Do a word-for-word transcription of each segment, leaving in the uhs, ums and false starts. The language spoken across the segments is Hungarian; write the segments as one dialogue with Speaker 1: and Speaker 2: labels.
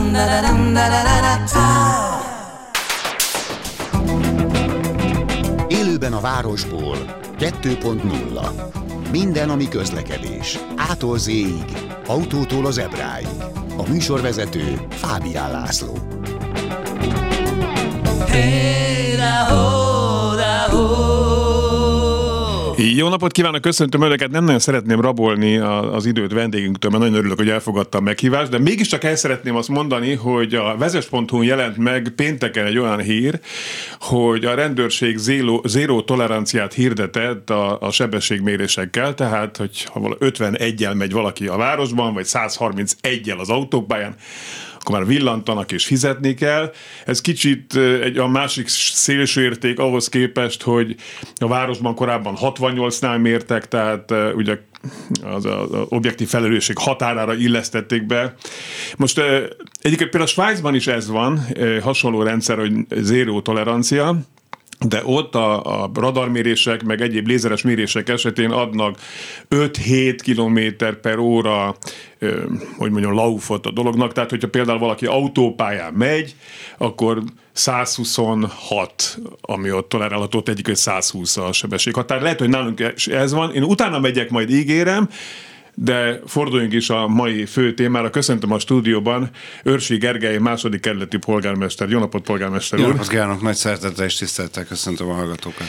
Speaker 1: Élőben a városból kettő pont nulla. Minden, ami közlekedés. Ától zéig, autótól az ebráig. A műsorvezető Fábián László.
Speaker 2: Hey, da, ho, da, ho.
Speaker 3: Jó napot kívánok, köszöntöm Önöket, nem nagyon szeretném rabolni az időt vendégünktől, mert nagyon örülök, hogy elfogadta a meghívást, de mégiscsak el szeretném azt mondani, hogy a vezes pont hu-n jelent meg pénteken egy olyan hír, hogy a rendőrség zéró, zéró toleranciát hirdetett a, a sebességmérésekkel, tehát hogy ha ötvenegyel megy valaki a városban, vagy száz harmincegyel az autópályán, akkor már villantanak és fizetni kell. Ez kicsit egy a másik szélső érték ahhoz képest, hogy a városban korábban hatvannyolcnál mértek, tehát ugye az, az, az objektív felelősség határára illesztették be. Most egyébként például Svájcban is ez van, hasonló rendszer, hogy zéró tolerancia, de ott a, a radarmérések, meg egyéb lézeres mérések esetén adnak öt-hét kilométer per óra, ö, hogy mondjam, laufot a dolognak. Tehát, hogyha például valaki autópályán megy, akkor száz huszonhat, ami ott tolerálható, egyik, hogy száz húsz a sebességhatár. Lehet, hogy nálunk ez van. Én utána megyek, majd ígérem, de forduljunk is a mai fő témára. Köszöntöm a stúdióban Őrsi Gergely, második kerületi polgármester. Jó napot, polgármester úr!
Speaker 4: Jó napot kívánok, nagy szeretettel és tisztelettel köszöntöm a hallgatókat.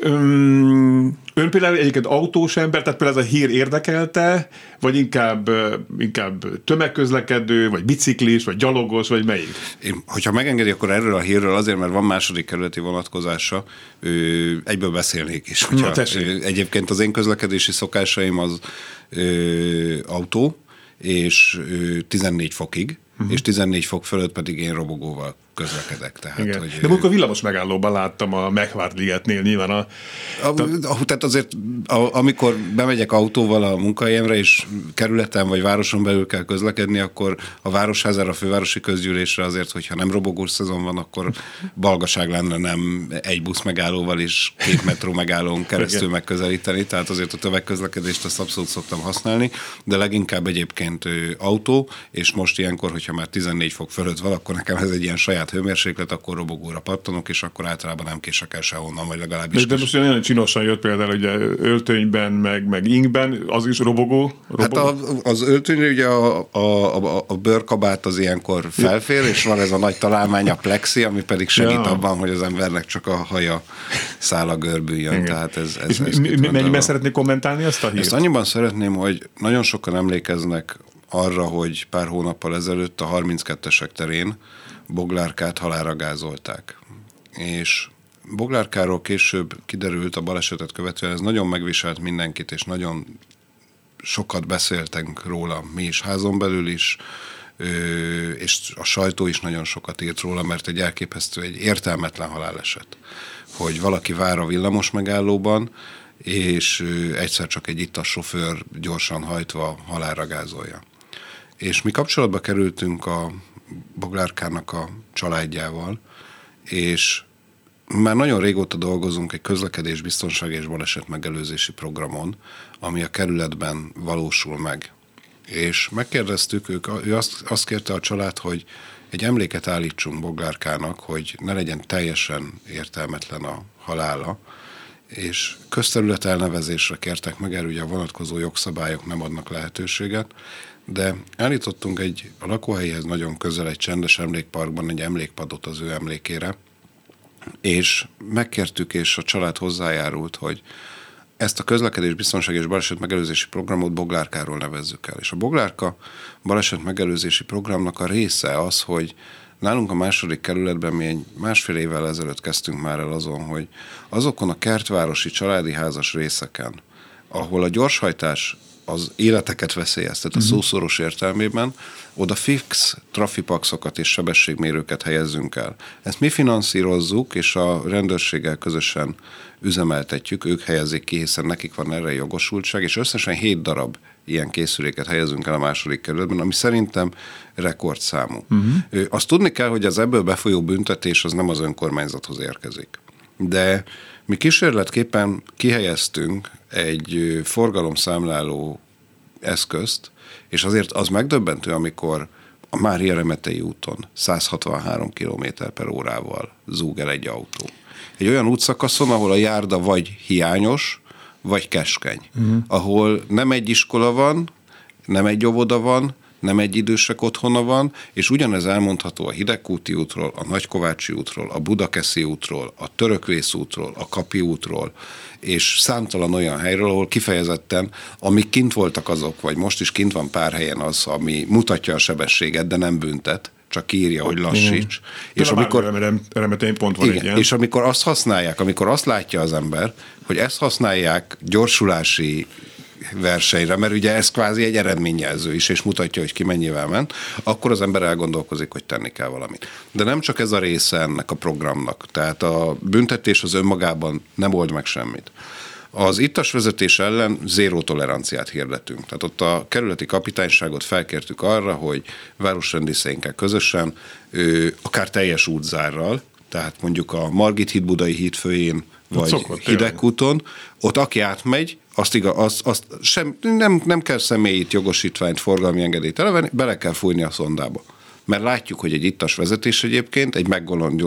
Speaker 3: Ön, ön például egyébként autós ember, tehát például ez a hír érdekelte, vagy inkább, inkább tömegközlekedő, vagy biciklis, vagy gyalogos, vagy melyik?
Speaker 4: Én, hogyha megengedi, akkor erről a hírről azért, mert van második kerületi vonatkozása, ő, egyből beszélnék is. Hogyha,
Speaker 3: Na,
Speaker 4: ő, egyébként az én közlekedési szokásaim az ö, autó, és ö, tizennégy fokig, uh-huh. és tizennégy fok fölött pedig én robogóval közlekedek. Tehát, hogy,
Speaker 3: de amikor villamos megállóban láttam a Megvárt-ligetnél nyilván a...
Speaker 4: a, a tehát azért, a, amikor bemegyek autóval a munkahelyemre, és kerületen vagy városon belül kell közlekedni, akkor a Városházára, a fővárosi közgyűlésre azért, hogyha nem robogós szezon van, akkor balgaság lenne nem egy busz megállóval és két metró megállón keresztül megközelíteni, tehát azért a tömegközlekedést azt abszolút szoktam használni, de leginkább egyébként autó, és most ilyenkor, hogyha már tizennégy fok fölött van, akkor nekem ez egy ilyen saját hőmérséklet, akkor robogóra pattanok, és akkor általában nem kések el sehonnan, vagy legalábbis.
Speaker 3: De, de most olyan csinosan jött például ugye öltönyben, meg, meg ingben, az is robogó? robogó?
Speaker 4: Hát a, az öltönyre ugye a, a, a, a bőrkabát az ilyenkor felfér, és van ez a nagy találmány, a plexi, ami pedig segít ja. abban, hogy az embernek csak a haja szála görbüljön. Igen. Tehát ez, ez, ez
Speaker 3: mennyiben szeretnék kommentálni ezt a hírt?
Speaker 4: Ezt annyiban szeretném, hogy nagyon sokan emlékeznek arra, hogy pár hónappal ezelőtt a harminckettesek terén Boglárkát halálra gázolták. És Boglárkáról később kiderült a balesetet követően, ez nagyon megviselt mindenkit, és nagyon sokat beszéltünk róla, mi is házon belül is, és a sajtó is nagyon sokat írt róla, mert egy elképesztő, egy értelmetlen haláleset. Hogy valaki vár a villamos megállóban, és egyszer csak egy ittas sofőr gyorsan hajtva halálra gázolja. És mi kapcsolatba kerültünk a Boglárkának a családjával, és már nagyon régóta dolgozunk egy közlekedés biztonság és baleset megelőzési programon, ami a kerületben valósul meg. És megkérdeztük, ők, ő azt, azt kérte a család, hogy egy emléket állítsunk Boglárkának, hogy ne legyen teljesen értelmetlen a halála, és közterület elnevezésre kértek meg, erre ugye a vonatkozó jogszabályok nem adnak lehetőséget, de állítottunk egy a lakóhelyhez nagyon közel egy csendes emlékparkban egy emlékpadot az ő emlékére, és megkértük, és a család hozzájárult, hogy ezt a közlekedés biztonság és baleset megelőzési programot Boglárkáról nevezzük el. És a Boglárka baleset megelőzési programnak a része az, hogy nálunk a második kerületben mi egy másfél évvel ezelőtt kezdtünk már el azon, hogy azokon a kertvárosi családi házas részeken, ahol a gyorshajtás az életeket veszélyeztet a szószoros értelmében, oda fix trafipaxokat és sebességmérőket helyezzünk el. Ezt mi finanszírozzuk, és a rendőrséggel közösen üzemeltetjük, ők helyezik ki, hiszen nekik van erre jogosultság, és összesen hét darab ilyen készüléket helyezünk el a második kerületben, ami szerintem rekordszámú. Uh-huh. Azt tudni kell, hogy az ebből befolyó büntetés az nem az önkormányzathoz érkezik. De mi kísérletképpen kihelyeztünk egy forgalomszámláló eszközt, és azért az megdöbbentő, amikor a Mária Remetei úton száz hatvanhárom kilométer per órával zúg el egy autó. Egy olyan útszakaszon, ahol a járda vagy hiányos, vagy keskeny. Uh-huh. Ahol nem egy iskola van, nem egy óvoda van, nem egy idősek otthona van, és ugyanez elmondható a Hidegkúti útról, a Nagykovácsi útról, a Budakeszi útról, a Törökvész útról, a Kapi útról, és számtalan olyan helyről, ahol kifejezetten, amik kint voltak azok, vagy most is kint van pár helyen az, ami mutatja a sebességet, de nem büntet, csak írja, hogy lassíts.
Speaker 3: Mm.
Speaker 4: És amikor,
Speaker 3: Remetein pont van
Speaker 4: igen,
Speaker 3: egy ilyen.
Speaker 4: És amikor azt használják, amikor azt látja az ember, hogy ezt használják gyorsulási versenyre, mert ugye ez kvázi egy eredményjelző is, és mutatja, hogy ki mennyivel ment, akkor az ember elgondolkozik, hogy tenni kell valamit. De nem csak ez a része ennek a programnak. Tehát a büntetés az önmagában nem old meg semmit. Az ittas vezetés ellen zéró toleranciát hirdetünk. Tehát ott a kerületi kapitányságot felkértük arra, hogy városrendészeinkkel közösen, akár teljes útzárral, tehát mondjuk a Margit híd Budai híd főjén, vagy Hidegkúton, ott aki átmegy, azt, igaz, azt, azt sem, nem, nem kell személyit, jogosítványt, forgalmi engedélyt elevenni, bele kell fújni a szondába. Mert látjuk, hogy egy ittas vezetés egyébként egy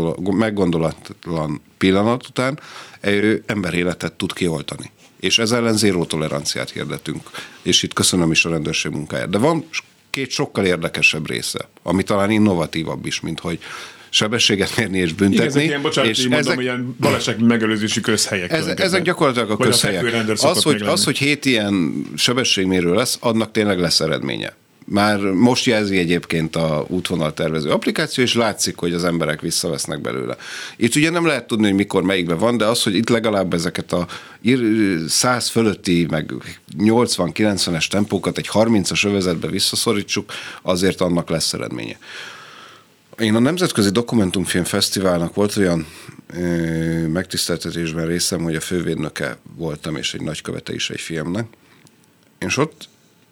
Speaker 4: meggondolatlan pillanat után ő emberéletet tud kioltani. És ez ellen zéró toleranciát hirdetünk. És itt köszönöm is a rendőrség munkáját. De van két sokkal érdekesebb része, ami talán innovatívabb is, mint hogy sebességet mérni és büntetni.
Speaker 3: Igen, ezek ilyen, bocsánat, és mondom, ezek, ilyen baleset megelőzési közhelyek.
Speaker 4: Ez, ezek gyakorlatilag a
Speaker 3: vagy
Speaker 4: közhelyek.
Speaker 3: A
Speaker 4: az, hogy, az, hogy hét ilyen sebességmérő lesz, annak tényleg lesz eredménye. Már most jelzi egyébként a útvonaltervező applikáció, és látszik, hogy az emberek visszavesznek belőle. Itt ugye nem lehet tudni, hogy mikor melyikben van, de az, hogy itt legalább ezeket a száz fölötti, meg nyolcvan-kilencvenes tempókat egy harmincas övezetbe visszaszorítsuk, azért annak lesz eredménye. Én a Nemzetközi Dokumentumfilm Fesztiválnak volt olyan ö, megtiszteltetésben részem, hogy a fővédnöke voltam, és egy nagykövete is egy filmnek. És ott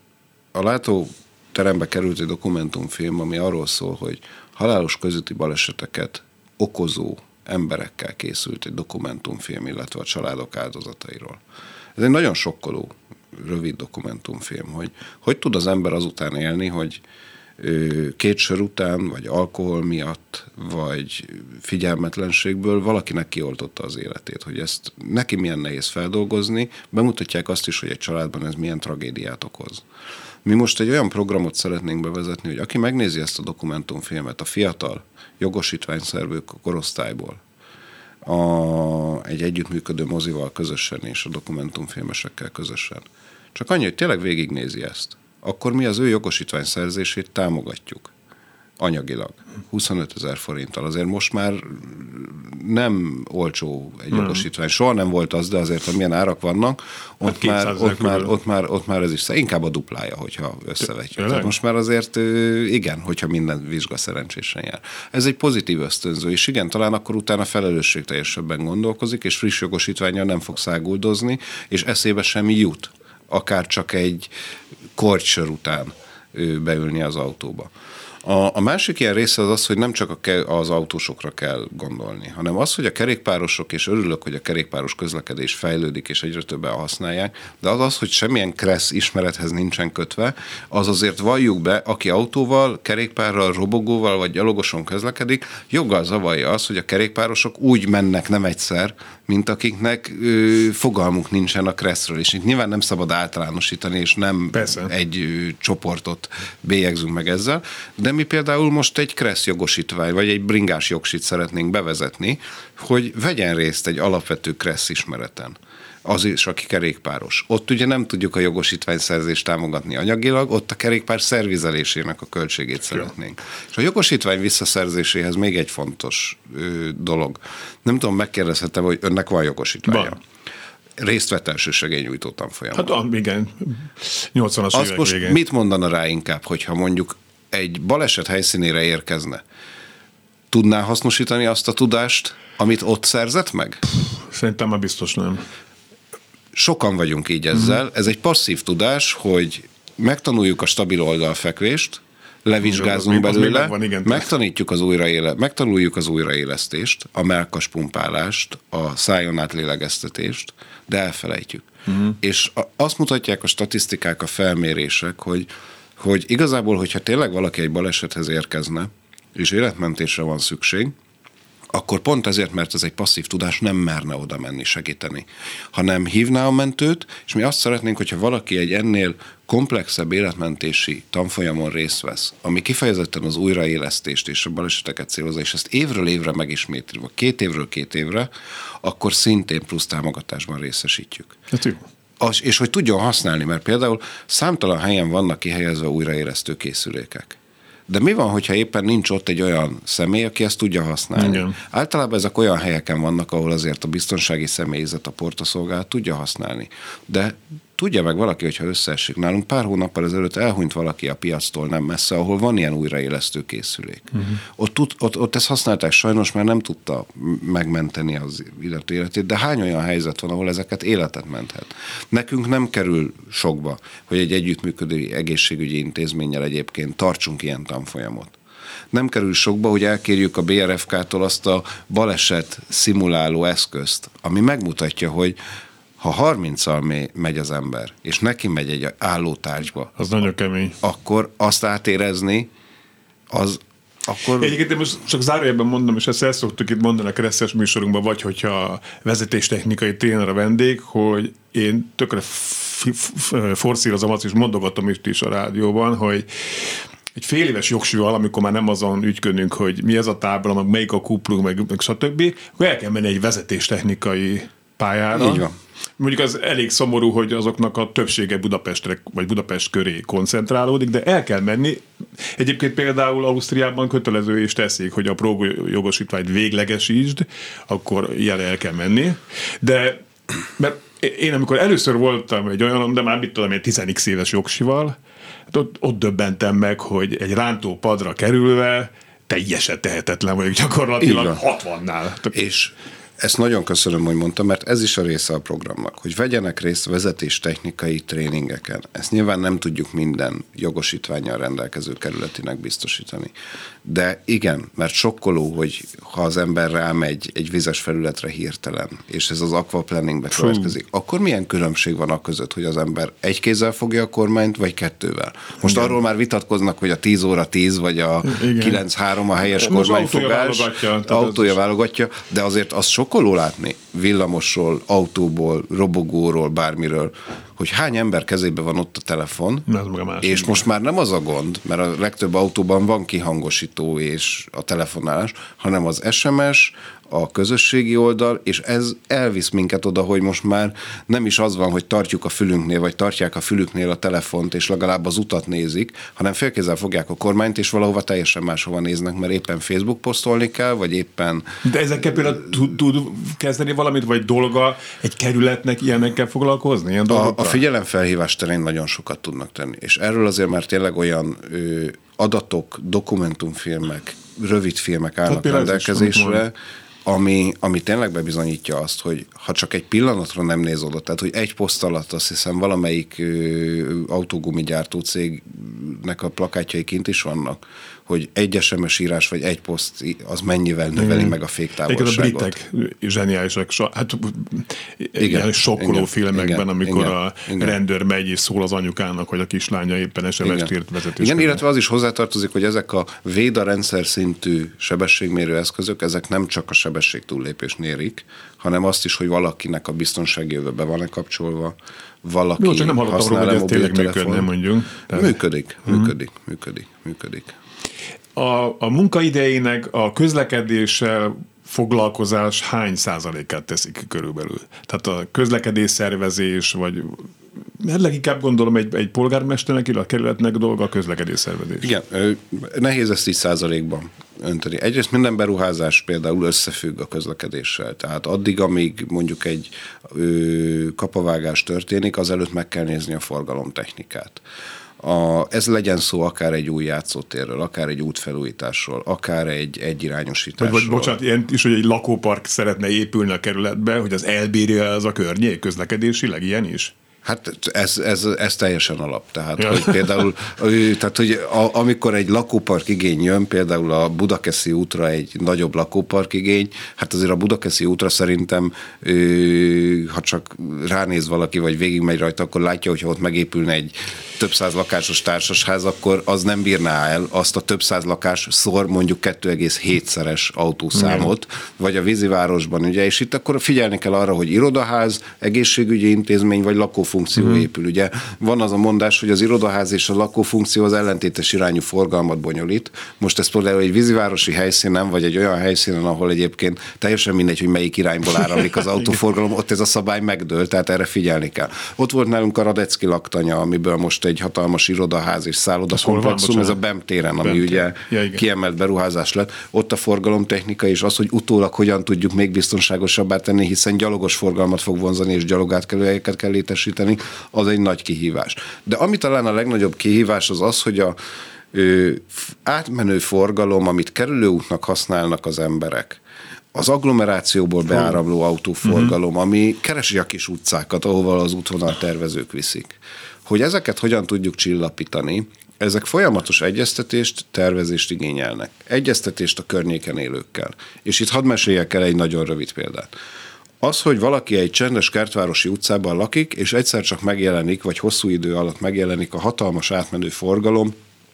Speaker 4: a látóterembe került egy dokumentumfilm, ami arról szól, hogy halálos közúti baleseteket okozó emberekkel készült egy dokumentumfilm, illetve a családok áldozatairól. Ez egy nagyon sokkoló, rövid dokumentumfilm, hogy hogy tud az ember azután élni, hogy két sör után, vagy alkohol miatt, vagy figyelmetlenségből valakinek kioltotta az életét, hogy ezt neki milyen nehéz feldolgozni, bemutatják azt is, hogy egy családban ez milyen tragédiát okoz. Mi most egy olyan programot szeretnénk bevezetni, hogy aki megnézi ezt a dokumentumfilmet, a fiatal jogosítványszervő korosztályból, a, egy együttműködő mozival közösen és a dokumentumfilmesekkel közösen, csak annyi, hogy tényleg végignézi ezt, akkor mi az ő jogosítvány szerzését támogatjuk anyagilag. huszonötezer forinttal. Azért most már nem olcsó egy hmm. jogosítvány. Soha nem volt az, de azért, amilyen árak vannak, ott, hát már, ott, már, ott, már, ott már ez is inkább a duplája, hogyha összevetjük. Tehát most már azért igen, hogyha minden vizsga szerencsésen jár. Ez egy pozitív ösztönző, és igen, talán akkor utána felelősségteljesebben gondolkozik, és friss jogosítvánnyal nem fog száguldozni, és eszébe sem jut, akár csak egy kortysör után beülni az autóba. A, a másik ilyen része az az, hogy nem csak a ke, az autósokra kell gondolni, hanem az, hogy a kerékpárosok, és örülök, hogy a kerékpáros közlekedés fejlődik, és egyre többen használják, de az az, hogy semmilyen kressz ismerethez nincsen kötve, az azért valljuk be, aki autóval, kerékpárral, robogóval vagy gyalogoson közlekedik, joggal zavarja az, hogy a kerékpárosok úgy mennek nem egyszer, mint akiknek ö, fogalmuk nincsen a kresszről, és itt nyilván nem szabad általánosítani, és nem Persze. egy ö, csoportot bélyegzünk meg ezzel, de mi például most egy kressz jogosítvány, vagy egy bringás jogsit szeretnénk bevezetni, hogy vegyen részt egy alapvető kressz ismereten. Az is, aki kerékpáros. Ott ugye nem tudjuk a jogosítványszerzést támogatni anyagilag, ott a kerékpár szervizelésének a költségét szeretnénk. És a jogosítvány visszaszerzéséhez még egy fontos ö, dolog. Nem tudom, megkérdezhetem, hogy önnek van jogosítványa? Van. Részt vett elsősegélynyújtó tanfolyamon.
Speaker 3: Hát igen, nyolcvanas
Speaker 4: Azt
Speaker 3: évek
Speaker 4: most
Speaker 3: végén.
Speaker 4: Mit mondana rá inkább, hogyha mondjuk egy baleset helyszínére érkezne? Tudná hasznosítani azt a tudást, amit ott szerzett meg?
Speaker 3: Szerintem már biztos nem.
Speaker 4: Sokan vagyunk így ezzel. Mm. Ez egy passzív tudás, hogy megtanuljuk a stabil oldalfekvést, levizsgázunk belőle, megvan, igen, megtanítjuk az újraéle, megtanuljuk az újraélesztést, a mellkas pumpálást, a szájon át lélegeztetést, de elfelejtjük. Mm. És azt mutatják a statisztikák, a felmérések, hogy hogy igazából, hogyha tényleg valaki egy balesethez érkezne, és életmentésre van szükség, akkor pont ezért, mert ez egy passzív tudás, nem merne oda menni segíteni, hanem hívná a mentőt, és mi azt szeretnénk, hogyha valaki egy ennél komplexebb életmentési tanfolyamon részt vesz, ami kifejezetten az újraélesztést és a baleseteket célozza, és ezt évről évre megismétli, vagy két évről két évre, akkor szintén plusz támogatásban részesítjük.
Speaker 3: Hát jó.
Speaker 4: Az, és hogy tudjon használni, mert például számtalan helyen vannak kihelyezve újraélesztő készülékek. De mi van, hogyha éppen nincs ott egy olyan személy, aki ezt tudja használni? Igen. Általában ezek olyan helyeken vannak, ahol azért a biztonsági személyzet, a portaszolgálat tudja használni. De tudja meg valaki, hogyha összeesik. Nálunk pár hónappal ezelőtt elhunyt valaki a piactól nem messze, ahol van ilyen újraélesztő készülék. Uh-huh. Ott, ott, ott ezt használták, sajnos már nem tudta megmenteni az illető életét, de hány olyan helyzet van, ahol ezeket életet menthet. Nekünk nem kerül sokba, hogy egy együttműködő egészségügyi intézménnyel egyébként tartsunk ilyen tanfolyamot. Nem kerül sokba, hogy elkérjük a bé er ef ká-tól azt a baleset szimuláló eszközt, ami megmutatja, hogy ha harminccal megy az ember, és neki megy egy állótárgyba,
Speaker 3: az nagyon kemény.
Speaker 4: Akkor azt átérezni, az akkor...
Speaker 3: Egyébként én most csak zárójelben mondom, és ezt el szoktuk itt mondani a keresztes műsorunkban, vagy hogyha vezetéstechnikai tréner a vendég, hogy én tökre f- f- forszírozom azt, és mondogatom is, is a rádióban, hogy egy fél éves jogsival, amikor már nem azon ügyködünk, hogy mi ez a tábla, meg melyik a kuplung, meg, meg stb., akkor el kell menni egy vezetéstechnikai pályára.
Speaker 4: Így van.
Speaker 3: Mondjuk az elég szomorú, hogy azoknak a többsége Budapestre vagy Budapest köré koncentrálódik, de el kell menni. Egyébként például Ausztriában kötelező is teszik, hogy a próbajogosítványt véglegesítsd, akkor ilyen el kell menni. De mert én amikor először voltam egy olyan, de már mit tudom, egy tíz éves jogsival, ott, ott döbbentem meg, hogy egy rántó padra kerülve teljesen tehetetlen vagyok gyakorlatilag hatvannál.
Speaker 4: És ezt nagyon köszönöm, hogy mondtam, mert ez is a része a programnak, hogy vegyenek részt vezetéstechnikai tréningeken. Ezt nyilván nem tudjuk minden jogosítvánnyal rendelkező kerületinek biztosítani. De igen, mert sokkoló, hogy ha az ember rámegy egy vizes felületre hirtelen, és ez az aquaplaningbe következik, akkor milyen különbség van a között, hogy az ember egy kézzel fogja a kormányt, vagy kettővel? Most igen. Arról már vitatkoznak, hogy a tíz óra tíz, vagy a kilenc három a helyes kormányfogás.
Speaker 3: Autója,
Speaker 4: autója válogatja, de azért az sokkoló látni villamosról, autóból, robogóról, bármiről, hogy hány ember kezében van ott a telefon,
Speaker 3: a
Speaker 4: és most már nem az a gond, mert a legtöbb autóban van kihangosító és a telefonálás, hanem az es em es, a közösségi oldal, és ez elvisz minket oda, hogy most már nem is az van, hogy tartjuk a fülünknél, vagy tartják a fülüknél a telefont, és legalább az utat nézik, hanem félkézzel fogják a kormányt, és valahova teljesen máshova néznek, mert éppen Facebook posztolni kell, vagy éppen...
Speaker 3: De ezekkel például tud kezdeni valamit, vagy dolga egy kerületnek ilyenekkel foglalkozni? Ilyen
Speaker 4: a, a figyelemfelhívás terén nagyon sokat tudnak tenni, és erről azért már tényleg olyan ö, adatok, dokumentumfilmek, rövid filmek állnak rendelkezésre, ami, ami tényleg bebizonyítja azt, hogy ha csak egy pillanatra nem néz oda, tehát hogy egy poszt alatt azt hiszem valamelyik ö, autógumigyártó cégnek a plakátjai kint is vannak, hogy egy es em es írás vagy egy poszt az mennyivel növeli mm. meg a féktávolságot.
Speaker 3: A britek zseniálisak, hát ilyen sokkoló igen, filmekben, igen, amikor igen, a igen. rendőr megy és szól az anyukának, hogy a kislánya éppen es em es-t írt vezetés.
Speaker 4: Igen, illetve az is hozzátartozik, hogy ezek a véda rendszer szintű sebességmérő eszközök, ezek nem csak a sebesség túllépést mérik, hanem azt is, hogy valakinek a biztonsági öve be van-e kapcsolva, valaki
Speaker 3: Jó, csak nem hallottam róla, hogy ez tényleg működne, mondjuk.
Speaker 4: Tehát... Működik, működik, mm. működik, működik.
Speaker 3: A, a munkaidejének a közlekedéssel foglalkozás hány százalékát teszik körülbelül? Tehát a közlekedés szervezés, vagy mert leginkább gondolom egy, egy polgármesternek, illetve a kerületnek dolga a közlekedés szervezés. Igen,
Speaker 4: nehéz ezt így százalékban önteni. Egyrészt minden beruházás például összefügg a közlekedéssel. Tehát addig, amíg mondjuk egy ö, kapavágás történik, azelőtt meg kell nézni a forgalomtechnikát. A, ez legyen szó akár egy új játszótérről, akár egy útfelújításról, akár egy egyirányosításról.
Speaker 3: Vagy, vagy bocsánat, ilyen is, hogy egy lakópark szeretne épülni a kerületbe, hogy az elbírja ez a környék közlekedésileg, ilyen is?
Speaker 4: Hát ez, ez, ez teljesen alap. Tehát, ja. hogy például, tehát, hogy a, amikor egy lakópark igény jön, például a Budakeszi útra egy nagyobb lakópark igény, hát azért a Budakeszi útra szerintem, ha csak ránéz valaki, vagy végigmegy rajta, akkor látja, hogyha ott megépülne egy több száz lakásos társasház, akkor az nem bírná el azt a több száz lakás szor mondjuk kettő egész hétszeres autószámot, mm. vagy a vízivárosban, ugye, és itt akkor figyelni kell arra, hogy irodaház, egészségügyi intézmény, vagy lakófunkció mm. épül, ugye. Van az a mondás, hogy az irodaház és a lakófunkció az ellentétes irányú forgalmat bonyolít. Most ez például egy vízivárosi helyszínen, vagy egy olyan helyszínen, ahol egyébként teljesen mindegy, hogy melyik irányból áramlik az autóforgalom, ott ez a szabály megdől, tehát erre figyelni kell. Ott volt nálunk a Radecki laktanya, amiből most egy hatalmas irodaház és szállodakomplexum, ez a BEM téren, ami BEM ugye ja, kiemelt beruházás lett. Ott a forgalomtechnika és az, hogy utólag hogyan tudjuk még biztonságosabbá tenni, hiszen gyalogos forgalmat fog vonzani és gyalogátkelőhelyeket kell létesíteni, az egy nagy kihívás. De ami talán a legnagyobb kihívás az az, hogy a ö, átmenő forgalom, amit kerülőútnak használnak az emberek, az agglomerációból beáramló autóforgalom, uh-huh. ami keresi a kis utcákat, ahova az útvonal tervezők viszik. Hogy ezeket hogyan tudjuk csillapítani, ezek folyamatos egyeztetést, tervezést igényelnek. Egyeztetést a környéken élőkkel. És itt hadd meséljek el egy nagyon rövid példát. Az, hogy valaki egy csendes kertvárosi utcában lakik, és egyszer csak megjelenik, vagy hosszú idő alatt megjelenik a hatalmas átmenő forgalom,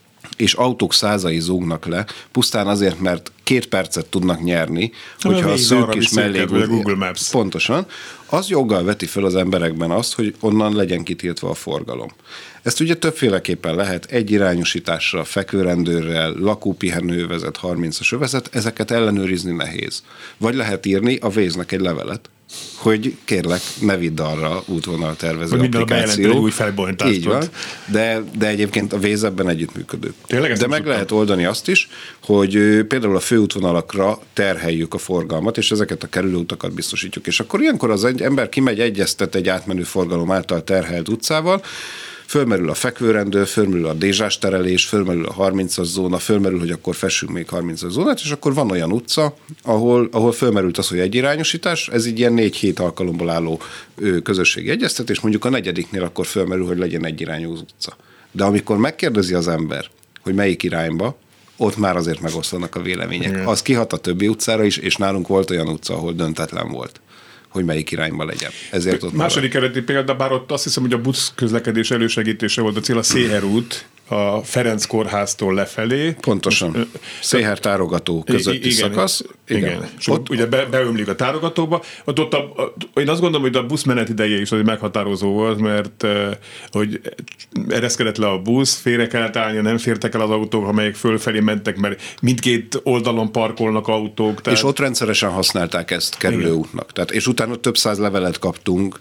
Speaker 4: és autók százai zúgnak le, pusztán azért, mert két percet tudnak nyerni, hogyha a szűk és mellé
Speaker 3: Google Maps.
Speaker 4: Pontosan, az joggal veti fel az emberekben azt, hogy onnan legyen kitiltva a forgalom. Ezt ugye többféleképpen lehet, egyirányosítással, fekvőrendőrrel, lakópihenőövezet, harmincas övezet, ezeket ellenőrizni nehéz. Vagy lehet írni a Waze-nek egy levelet, hogy kérlek, ne vidd arra útvonaltervező applikáció.
Speaker 3: Új felbontást.
Speaker 4: Így van, de, de egyébként a Waze ebben együttműködő. Tényleg de meg tudtam. Lehet oldani azt is, hogy például a főútvonalakra terheljük a forgalmat, és ezeket a kerülőutakat biztosítjuk. És akkor ilyenkor az egy ember kimegy, egyeztet egy átmenő forgalom által terhelt utcával, fölmerül a fekvőrendőr, fölmerül a dézsás terelés, fölmerül a harmincas zóna, fölmerül, hogy akkor fessünk még harmincas zónát, és akkor van olyan utca, ahol, ahol fölmerült az, hogy egyirányosítás, ez így ilyen négy-hét alkalomból álló közösségi egyeztetés, mondjuk a negyediknél akkor fölmerül, hogy legyen egyirányú utca. De amikor megkérdezi az ember, hogy melyik irányba, ott már azért megoszlanak a vélemények. Igen. Az kihat a többi utcára is, és nálunk volt olyan utca, ahol döntetlen volt, hogy melyik irányba legyen. Ezért ott
Speaker 3: második kereti példa, bár ott azt hiszem, hogy a busz közlekedés elősegítése volt a cél, a Széher út, a Ferenc kórháztól lefelé.
Speaker 4: Pontosan. Széher tárogató közötti igen, szakasz.
Speaker 3: Igen. igen. És ott, ott ugye be, beömlik a tárogatóba. Ott, ott a, a, én azt gondolom, hogy a busz menetideje is az meghatározó volt, mert hogy ereszkedett le a busz, félre kellett állni, nem fértek el az autók, amelyek fölfelé mentek, mert mindkét oldalon parkolnak autók.
Speaker 4: Tehát... És ott rendszeresen használták ezt kerülőútnak. Tehát, és utána több száz levelet kaptunk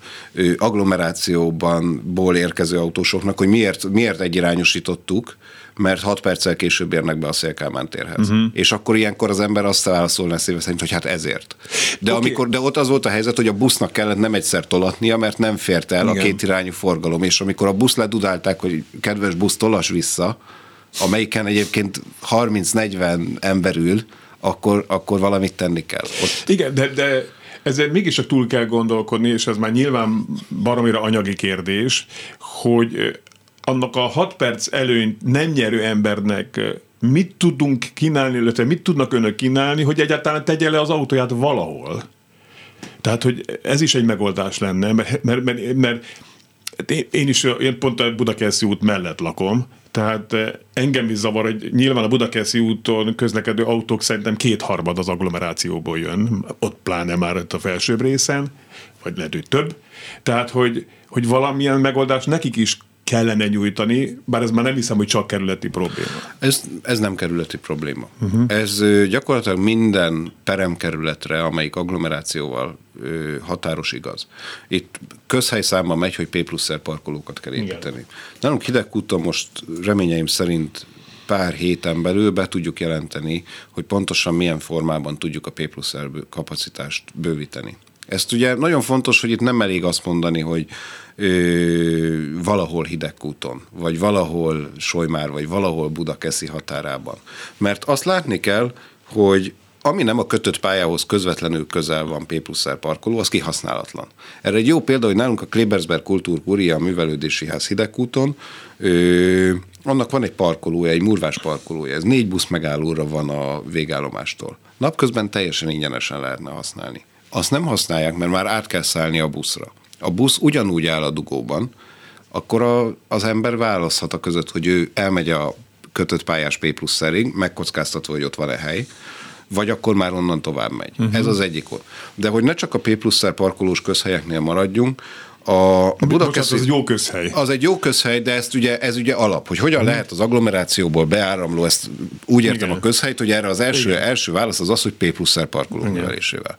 Speaker 4: agglomerációban ból érkező autósoknak, hogy miért, miért egyirányosított mert hat perccel később érnek be a Széll-Kálmán térhez. Uh-huh. És akkor ilyenkor az ember azt válaszolna szíve szerint, hogy hát ezért. De, okay. amikor, de ott az volt a helyzet, hogy a busznak kellett nem egyszer tolatnia, mert nem fért el igen. a kétirányú forgalom, és amikor a busz ledudálták, hogy kedves busz, tolass vissza, amelyiken egyébként harminc-negyven ember ül, akkor, akkor valamit tenni kell. Ott...
Speaker 3: Igen, de... de... Ezzel mégis csak túl kell gondolkodni, és ez már nyilván baromira anyagi kérdés, hogy annak a hat perc előnyt nem nyerő embernek mit tudunk kínálni, illetve mit tudnak önök kínálni, hogy egyáltalán tegye le az autóját valahol. Tehát, hogy ez is egy megoldás lenne, mert, mert, mert, mert én is én pont a Budakeszi út mellett lakom, tehát engem is zavar, hogy nyilván a Budakeszi úton közlekedő autók szerintem kétharmad az agglomerációból jön, ott pláne már ott a felsőbb részen, vagy lehet, hogy több. Tehát, hogy, hogy valamilyen megoldást nekik is kellene nyújtani, bár ez már nem hiszem, hogy csak kerületi probléma.
Speaker 4: Ez, ez nem kerületi probléma. Uh-huh. Ez gyakorlatilag minden peremkerületre, amelyik agglomerációval ö, határos igaz. Itt közhelyszámban megy, hogy P plusz R parkolókat kell építeni. Igen. Nálunk Hidegkúton most reményeim szerint pár héten belül be tudjuk jelenteni, hogy pontosan milyen formában tudjuk a P plusz R kapacitást bővíteni. Ezt ugye nagyon fontos, hogy itt nem elég azt mondani, hogy ö, valahol Hidegkúton, vagy valahol Solymár, vagy valahol Budakeszi határában. Mert azt látni kell, hogy ami nem a kötött pályához közvetlenül közel van P plusz R parkoló, az kihasználatlan. Erre egy jó példa, hogy nálunk a Klebersberg Kultúrkuria, a Művelődési Ház Hidegkúton, ö, annak van egy parkolója, egy murvás parkolója, ez négy busz megállóra van a végállomástól. Napközben teljesen ingyenesen lehetne használni. Azt nem használják, mert már át kell szállni a buszra. A busz ugyanúgy áll a dugóban, akkor a, az ember választhat a között, hogy ő elmegy a kötött pályás P plusz R-ig, megkockáztatva, hogy ott van-e hely, vagy akkor már onnan tovább megy. Uh-huh. Ez az egyik. De hogy ne csak a P plusz R parkolós közhelyeknél maradjunk, a, a Budakeszi...
Speaker 3: Az egy jó közhely.
Speaker 4: Az egy jó közhely, de ezt ugye, ez ugye alap, hogy hogyan uh-huh. lehet az agglomerációból beáramló, ezt úgy értem igen. a közhelyt, hogy erre az első, első válasz az az, hogy P plusz R parkoló művelésével.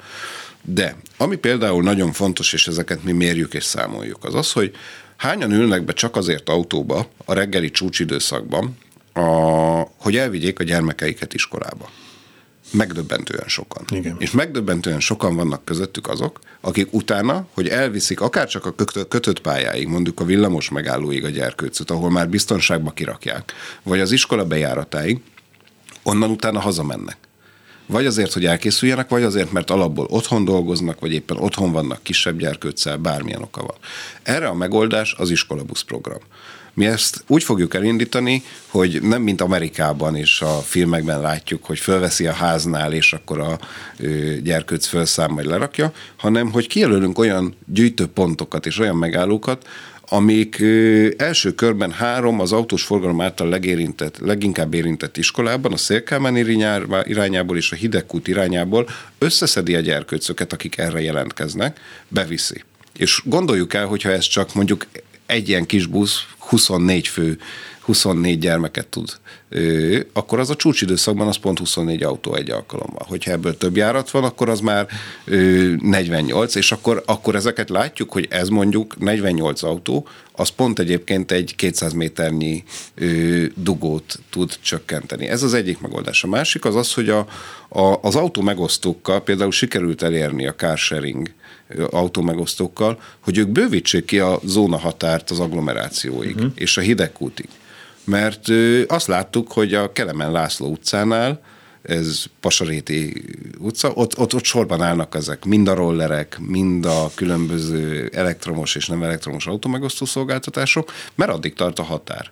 Speaker 4: De ami például nagyon fontos, és ezeket mi mérjük és számoljuk, az az, hogy hányan ülnek be csak azért autóba a reggeli csúcsidőszakban, a, hogy elvigyék a gyermekeiket iskolába. Megdöbbentően sokan.
Speaker 3: Igen.
Speaker 4: És megdöbbentően sokan vannak közöttük azok, akik utána, hogy elviszik akárcsak a kötött pályáig, mondjuk a villamos megállóig a gyerkőcöt, ahol már biztonságba kirakják, vagy az iskola bejáratáig, onnan utána hazamennek. Vagy azért, hogy elkészüljenek, vagy azért, mert alapból otthon dolgoznak, vagy éppen otthon vannak kisebb gyerkőccel, bármilyen oka van. Erre a megoldás az iskolabusz program. Mi ezt úgy fogjuk elindítani, hogy nem mint Amerikában és a filmekben látjuk, hogy fölveszi a háznál, és akkor a ö, gyerkőc fölszám majd lerakja, hanem hogy kijelölünk olyan gyűjtőpontokat és olyan megállókat, amik ö, első körben három az autós forgalom által legérintett, leginkább érintett iskolában, a Széll-Kálmán irányából és a Hidegkút irányából összeszedi a gyerkőcöket, akik erre jelentkeznek, beviszi. És gondoljuk el, hogyha ez csak mondjuk egy ilyen kis busz huszonnégy fő, huszonnégy gyermeket tud, ö, akkor az a csúcsidőszakban az pont huszonnégy autó egy alkalommal. Hogyha ebből több járat van, akkor az már ö, negyvennyolc, és akkor, akkor ezeket látjuk, hogy ez mondjuk negyvennyolc autó, az pont egyébként egy kétszáz méternyi ö, dugót tud csökkenteni. Ez az egyik megoldás. A másik az az, hogy a, a, az autó megosztókkal például sikerült elérni a carsharing autómegosztókkal, hogy ők bővítsék ki a zónahatárt az agglomerációig, uh-huh. és a Hidegkútig. Mert ö, azt láttuk, hogy a Kelemen László utcánál, ez Pasaréti utca, ott, ott, ott sorban állnak ezek, mind a rollerek, mind a különböző elektromos és nem elektromos autómegosztó szolgáltatások, mert addig tart a határ.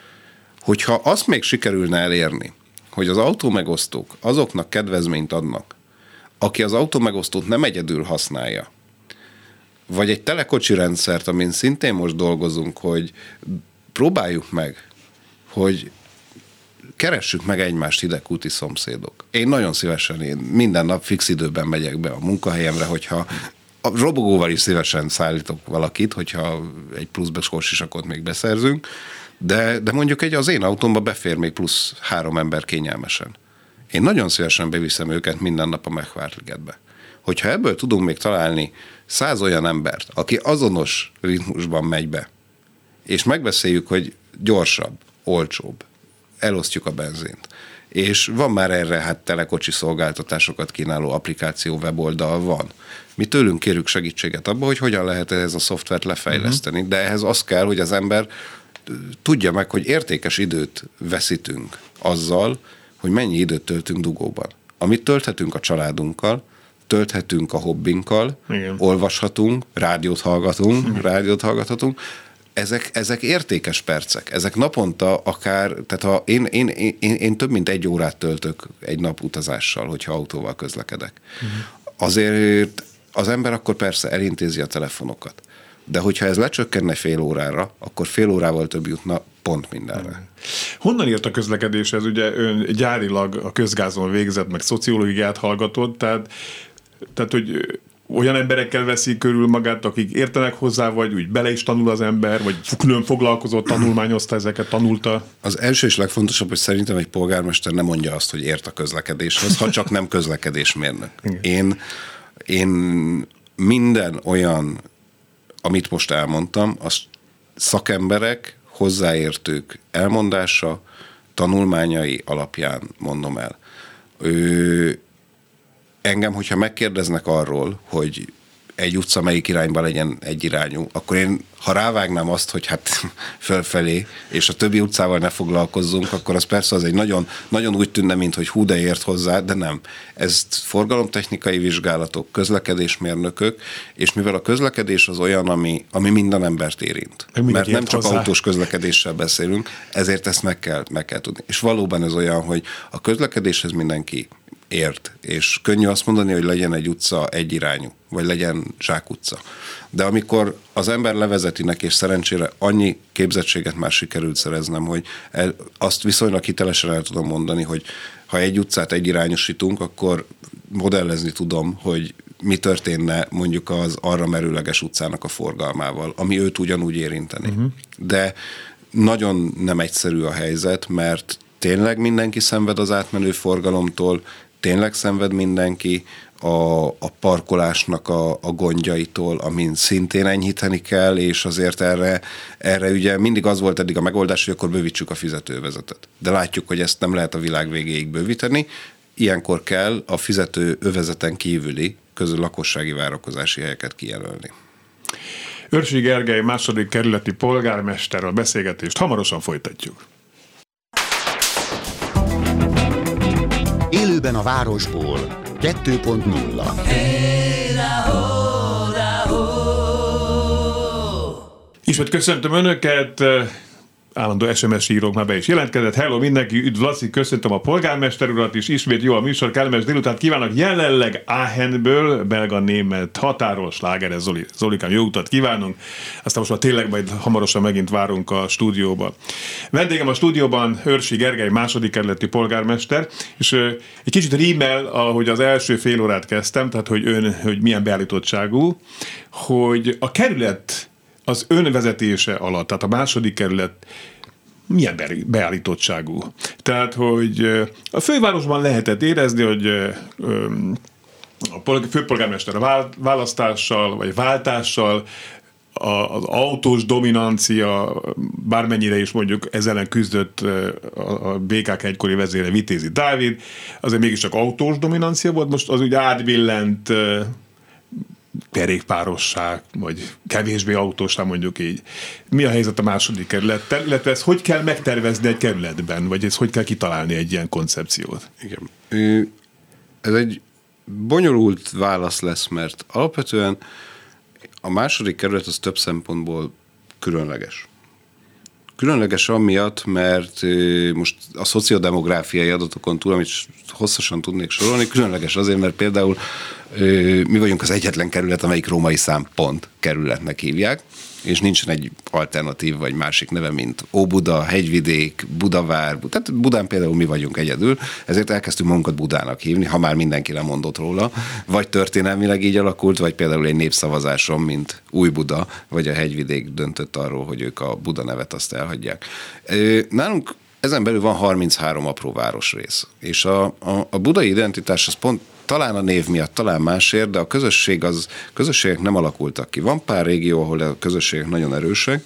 Speaker 4: Hogyha azt még sikerülne elérni, hogy az autómegosztók azoknak kedvezményt adnak, aki az autómegosztót nem egyedül használja, vagy egy telekocsi rendszert, amin szintén most dolgozunk, hogy próbáljuk meg, hogy keressük meg egymást hidegkúti szomszédok. Én nagyon szívesen, én minden nap fix időben megyek be a munkahelyemre, hogyha a robogóval is szívesen szállítok valakit, hogyha egy plusz korsisakot még beszerzünk, de, de mondjuk egy az én autómba befér még plusz három ember kényelmesen. Én nagyon szívesen beviszem őket minden nap a Mechvárligetbe. Hogyha ebből tudunk még találni száz olyan embert, aki azonos ritmusban megy be, és megbeszéljük, hogy gyorsabb, olcsóbb, elosztjuk a benzint, és van már erre hát telekocsi szolgáltatásokat kínáló applikáció, weboldal van. Mi tőlünk kérjük segítséget abban, hogy hogyan lehet ehhez a szoftvert lefejleszteni, uh-huh. de ehhez az kell, hogy az ember tudja meg, hogy értékes időt veszítünk azzal, hogy mennyi időt töltünk dugóban. Amit tölthetünk a családunkkal, tölthetünk a hobbinkkal, igen. olvashatunk, rádiót hallgatunk, igen. rádiót hallgathatunk, ezek, ezek értékes percek. Ezek naponta akár, tehát ha én, én, én, én több mint egy órát töltök egy nap utazással, hogyha autóval közlekedek. Igen. Azért az ember akkor persze elintézi a telefonokat. De hogyha ez lecsökkenne fél órára, akkor fél órával több jutna pont mindenre.
Speaker 3: Honnan ért a közlekedéshez? Ugye ön gyárilag a közgázon végzett, meg szociológiát hallgatott, tehát, tehát hogy olyan emberekkel veszi körül magát, akik értenek hozzá, vagy úgy bele is tanul az ember, vagy külön foglalkozott, tanulmányozta ezeket, tanulta?
Speaker 4: Az első és legfontosabb, hogy szerintem egy polgármester nem mondja azt, hogy ért a közlekedéshez, ha csak nem közlekedésmérnök. Én, én minden olyan, amit most elmondtam, az szakemberek, hozzáértők elmondása, tanulmányai alapján mondom el. Ö, engem, hogyha megkérdeznek arról, hogy egy utca melyik irányba legyen egyirányú, akkor én, ha rávágnám azt, hogy hát fölfelé, és a többi utcával ne foglalkozzunk, akkor az persze az egy nagyon, nagyon úgy tűnne, mint hogy hú, de ért hozzá, de nem. Ez forgalomtechnikai vizsgálatok, közlekedésmérnökök, és mivel a közlekedés az olyan, ami, ami minden embert érint. Mert nem csak hozzá. Autós közlekedéssel beszélünk, ezért ezt meg kell, meg kell tudni. És valóban ez olyan, hogy a közlekedéshez mindenki ért, és könnyű azt mondani, hogy legyen egy utca egyirányú, vagy legyen zsákutca. De amikor az ember levezetinek, és szerencsére annyi képzettséget már sikerült szereznem, hogy el, azt viszonylag hitelesen el tudom mondani, hogy ha egy utcát egyirányosítunk, akkor modellezni tudom, hogy mi történne mondjuk az arra merőleges utcának a forgalmával, ami őt ugyanúgy érinteni. Uh-huh. De nagyon nem egyszerű a helyzet, mert tényleg mindenki szenved az átmenő forgalomtól, tényleg szenved mindenki a, a parkolásnak a, a gondjaitól, amin szintén enyhíteni kell, és azért erre, erre ugye mindig az volt eddig a megoldás, hogy akkor bővítsük a fizetőövezetet. De látjuk, hogy ezt nem lehet a világ végéig bővíteni, ilyenkor kell a fizetőövezeten kívüli közül lakossági várakozási helyeket kijelölni.
Speaker 3: Őrsi Gergely második kerületi polgármester, a beszélgetést hamarosan folytatjuk.
Speaker 1: Élőben a városból kettő pont nulla.
Speaker 3: Ismét köszöntöm Önöket, állandó es em es írók már be is jelentkezett. Hello mindenki, üdv Laci, köszöntöm a polgármester urat is, ismét jó a műsor, kellemes délután kívánok. Jelenleg Aachenből, belga-német határól, slágeres Zoli. Zolikám, jó utat kívánunk. Aztán most már tényleg majd hamarosan megint várunk a stúdióba. Vendégem a stúdióban Őrsi Gergely, második kerületi polgármester, és egy kicsit rímel, ahogy az első fél órát kezdtem, tehát hogy ön, hogy milyen beállítottságú, hogy a kerület az önvezetése alatt, tehát a második kerület milyen beállítottságú. Tehát, hogy a fővárosban lehetett érezni, hogy a főpolgármester választással, vagy váltással az autós dominancia, bármennyire is mondjuk ezzel ellen küzdött a bé ká ká egykori vezére Vitézi Dávid, azért mégiscsak autós dominancia volt, most az úgy átbillent kerékpárosság, vagy kevésbé autósság, mondjuk így. Mi a helyzet a második kerülettel, illetve ezt hogy kell megtervezni egy kerületben, vagy ezt hogy kell kitalálni egy ilyen koncepciót?
Speaker 4: Igen. Ez egy bonyolult válasz lesz, mert alapvetően a második kerület az több szempontból különleges. Különleges amiatt, mert most a szociodemográfiai adatokon túl, amit hosszasan tudnék sorolni, különleges azért, mert például mi vagyunk az egyetlen kerület, amelyik római szám pont kerületnek hívják, és nincsen egy alternatív vagy másik neve, mint Óbuda, Hegyvidék, Budavár, tehát Budán például mi vagyunk egyedül, ezért elkezdtünk magunkat Budának hívni, ha már mindenki lemondott róla, vagy történelmileg így alakult, vagy például egy népszavazáson, mint Új-Buda, vagy a Hegyvidék döntött arról, hogy ők a Buda nevet azt elhagyják. Nálunk ezen belül van harminchárom apró városrész, és a, a, a budai identitás az pont talán a név miatt, talán másért, de a közösség az, közösségek nem alakultak ki. Van pár régió, ahol a közösségek nagyon erősek,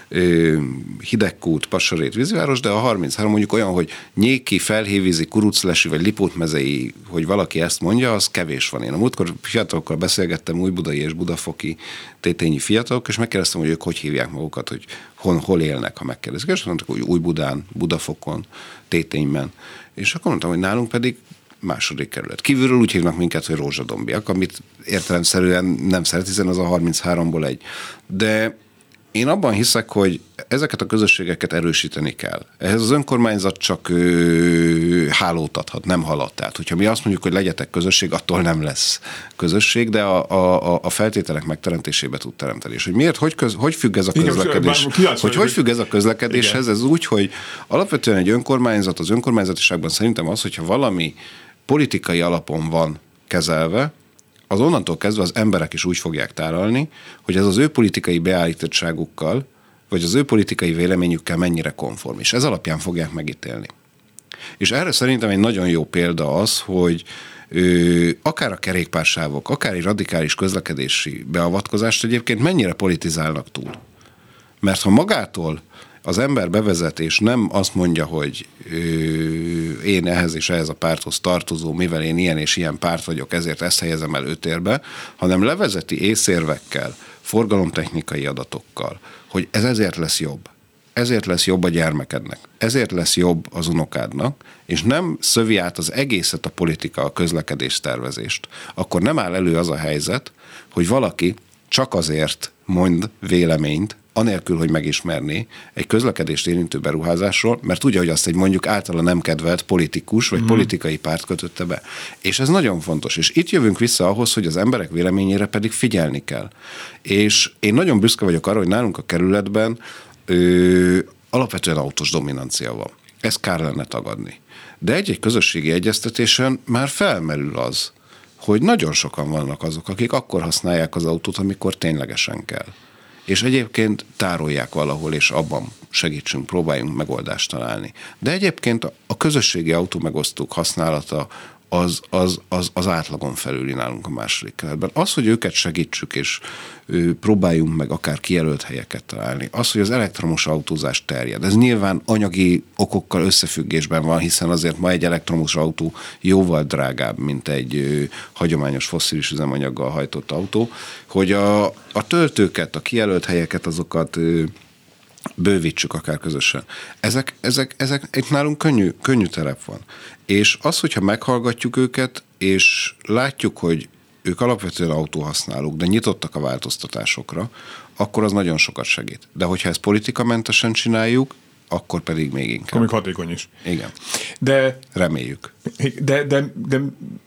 Speaker 4: Hidegkút, Passarét, Vízváros, de a harminchárom mondjuk olyan, hogy Nyéki, Felhévízi, Kuruclesi vagy Lipótmezei, hogy valaki ezt mondja, az kevés van. Én a múltkor fiatalokkal beszélgettem, újbudai és budafoki tétényi fiatalok, és megkérdeztem, hogy ők hogy hívják magukat, hogy hol, hol élnek, ha megkérdezik. És mondták, hogy Újbudán, Budafokon, Tétényben. És akkor mondtam, hogy nálunk pedig második kerület. Kívülről úgy hívnak minket, hogy rózsadombiak, amit értelemszerűen nem szeret, hiszen az a harmincháromból egy. De én abban hiszek, hogy ezeket a közösségeket erősíteni kell. Ehhez az önkormányzat csak ö, hálót adhat, nem halat. Tehát, hogyha mi azt mondjuk, hogy legyetek közösség, attól nem lesz közösség, de a, a, a feltételek megteremtésébe tud teremteni. És hogy miért, hogy, köz, hogy függ ez a közlekedés? Igen, hogy hogy függ ez a közlekedéshez? Igen. Ez úgy, hogy alapvetően egy önkormányzat, az önkormányzatiságban szerintem az, hogyha valami politikai alapon van kezelve, az onnantól kezdve az emberek is úgy fogják tálalni, hogy ez az ő politikai beállítottságukkal, vagy az ő politikai véleményükkel mennyire konform, és ez alapján fogják megítélni. És erre szerintem egy nagyon jó példa az, hogy ö, akár a kerékpársávok, akár egy radikális közlekedési beavatkozást egyébként mennyire politizálnak túl. Mert ha magától az ember bevezet, és nem azt mondja, hogy ö, én ehhez és ehhez a párthoz tartozó, mivel én ilyen és ilyen párt vagyok, ezért ezt helyezem el ötérbe, hanem levezeti észérvekkel, forgalomtechnikai adatokkal, hogy ez ezért lesz jobb. Ezért lesz jobb a gyermekednek, ezért lesz jobb az unokádnak, és nem szövi át az egészet a politika, a közlekedés tervezést, akkor nem áll elő az a helyzet, hogy valaki csak azért mond véleményt, anélkül, hogy megismerné egy közlekedést érintő beruházásról, mert tudja, hogy azt egy mondjuk általa nem kedvelt politikus vagy mm. politikai párt kötötte be. És ez nagyon fontos. És itt jövünk vissza ahhoz, hogy az emberek véleményére pedig figyelni kell. És én nagyon büszke vagyok arra, hogy nálunk a kerületben ö, alapvetően autós dominancia van. Ezt kár lenne tagadni. De egy-egy közösségi egyeztetésen már felmerül az, hogy nagyon sokan vannak azok, akik akkor használják az autót, amikor ténylegesen kell. És egyébként tárolják valahol, és abban segítsünk, próbáljunk megoldást találni. De egyébként a közösségi autómegosztók használata az, az, az, az átlagon felüli nálunk a második keletben. Az, hogy őket segítsük, és ő, próbáljunk meg akár kijelölt helyeket találni, az, hogy az elektromos autózás terjed, ez nyilván anyagi okokkal összefüggésben van, hiszen azért ma egy elektromos autó jóval drágább, mint egy ő, hagyományos fosszilis üzemanyaggal hajtott autó, hogy a, a töltőket, a kijelölt helyeket, azokat ő, bővítsük akár közösen. Ezek, ezek, ezek itt nálunk könnyű, könnyű terep van. És az, hogyha meghallgatjuk őket, és látjuk, hogy ők alapvetően autóhasználók, de nyitottak a változtatásokra, akkor az nagyon sokat segít. De hogyha ezt politikamentesen csináljuk, akkor pedig még inkább.
Speaker 3: Amíg hatékony is.
Speaker 4: Igen.
Speaker 3: De,
Speaker 4: reméljük.
Speaker 3: De, de, de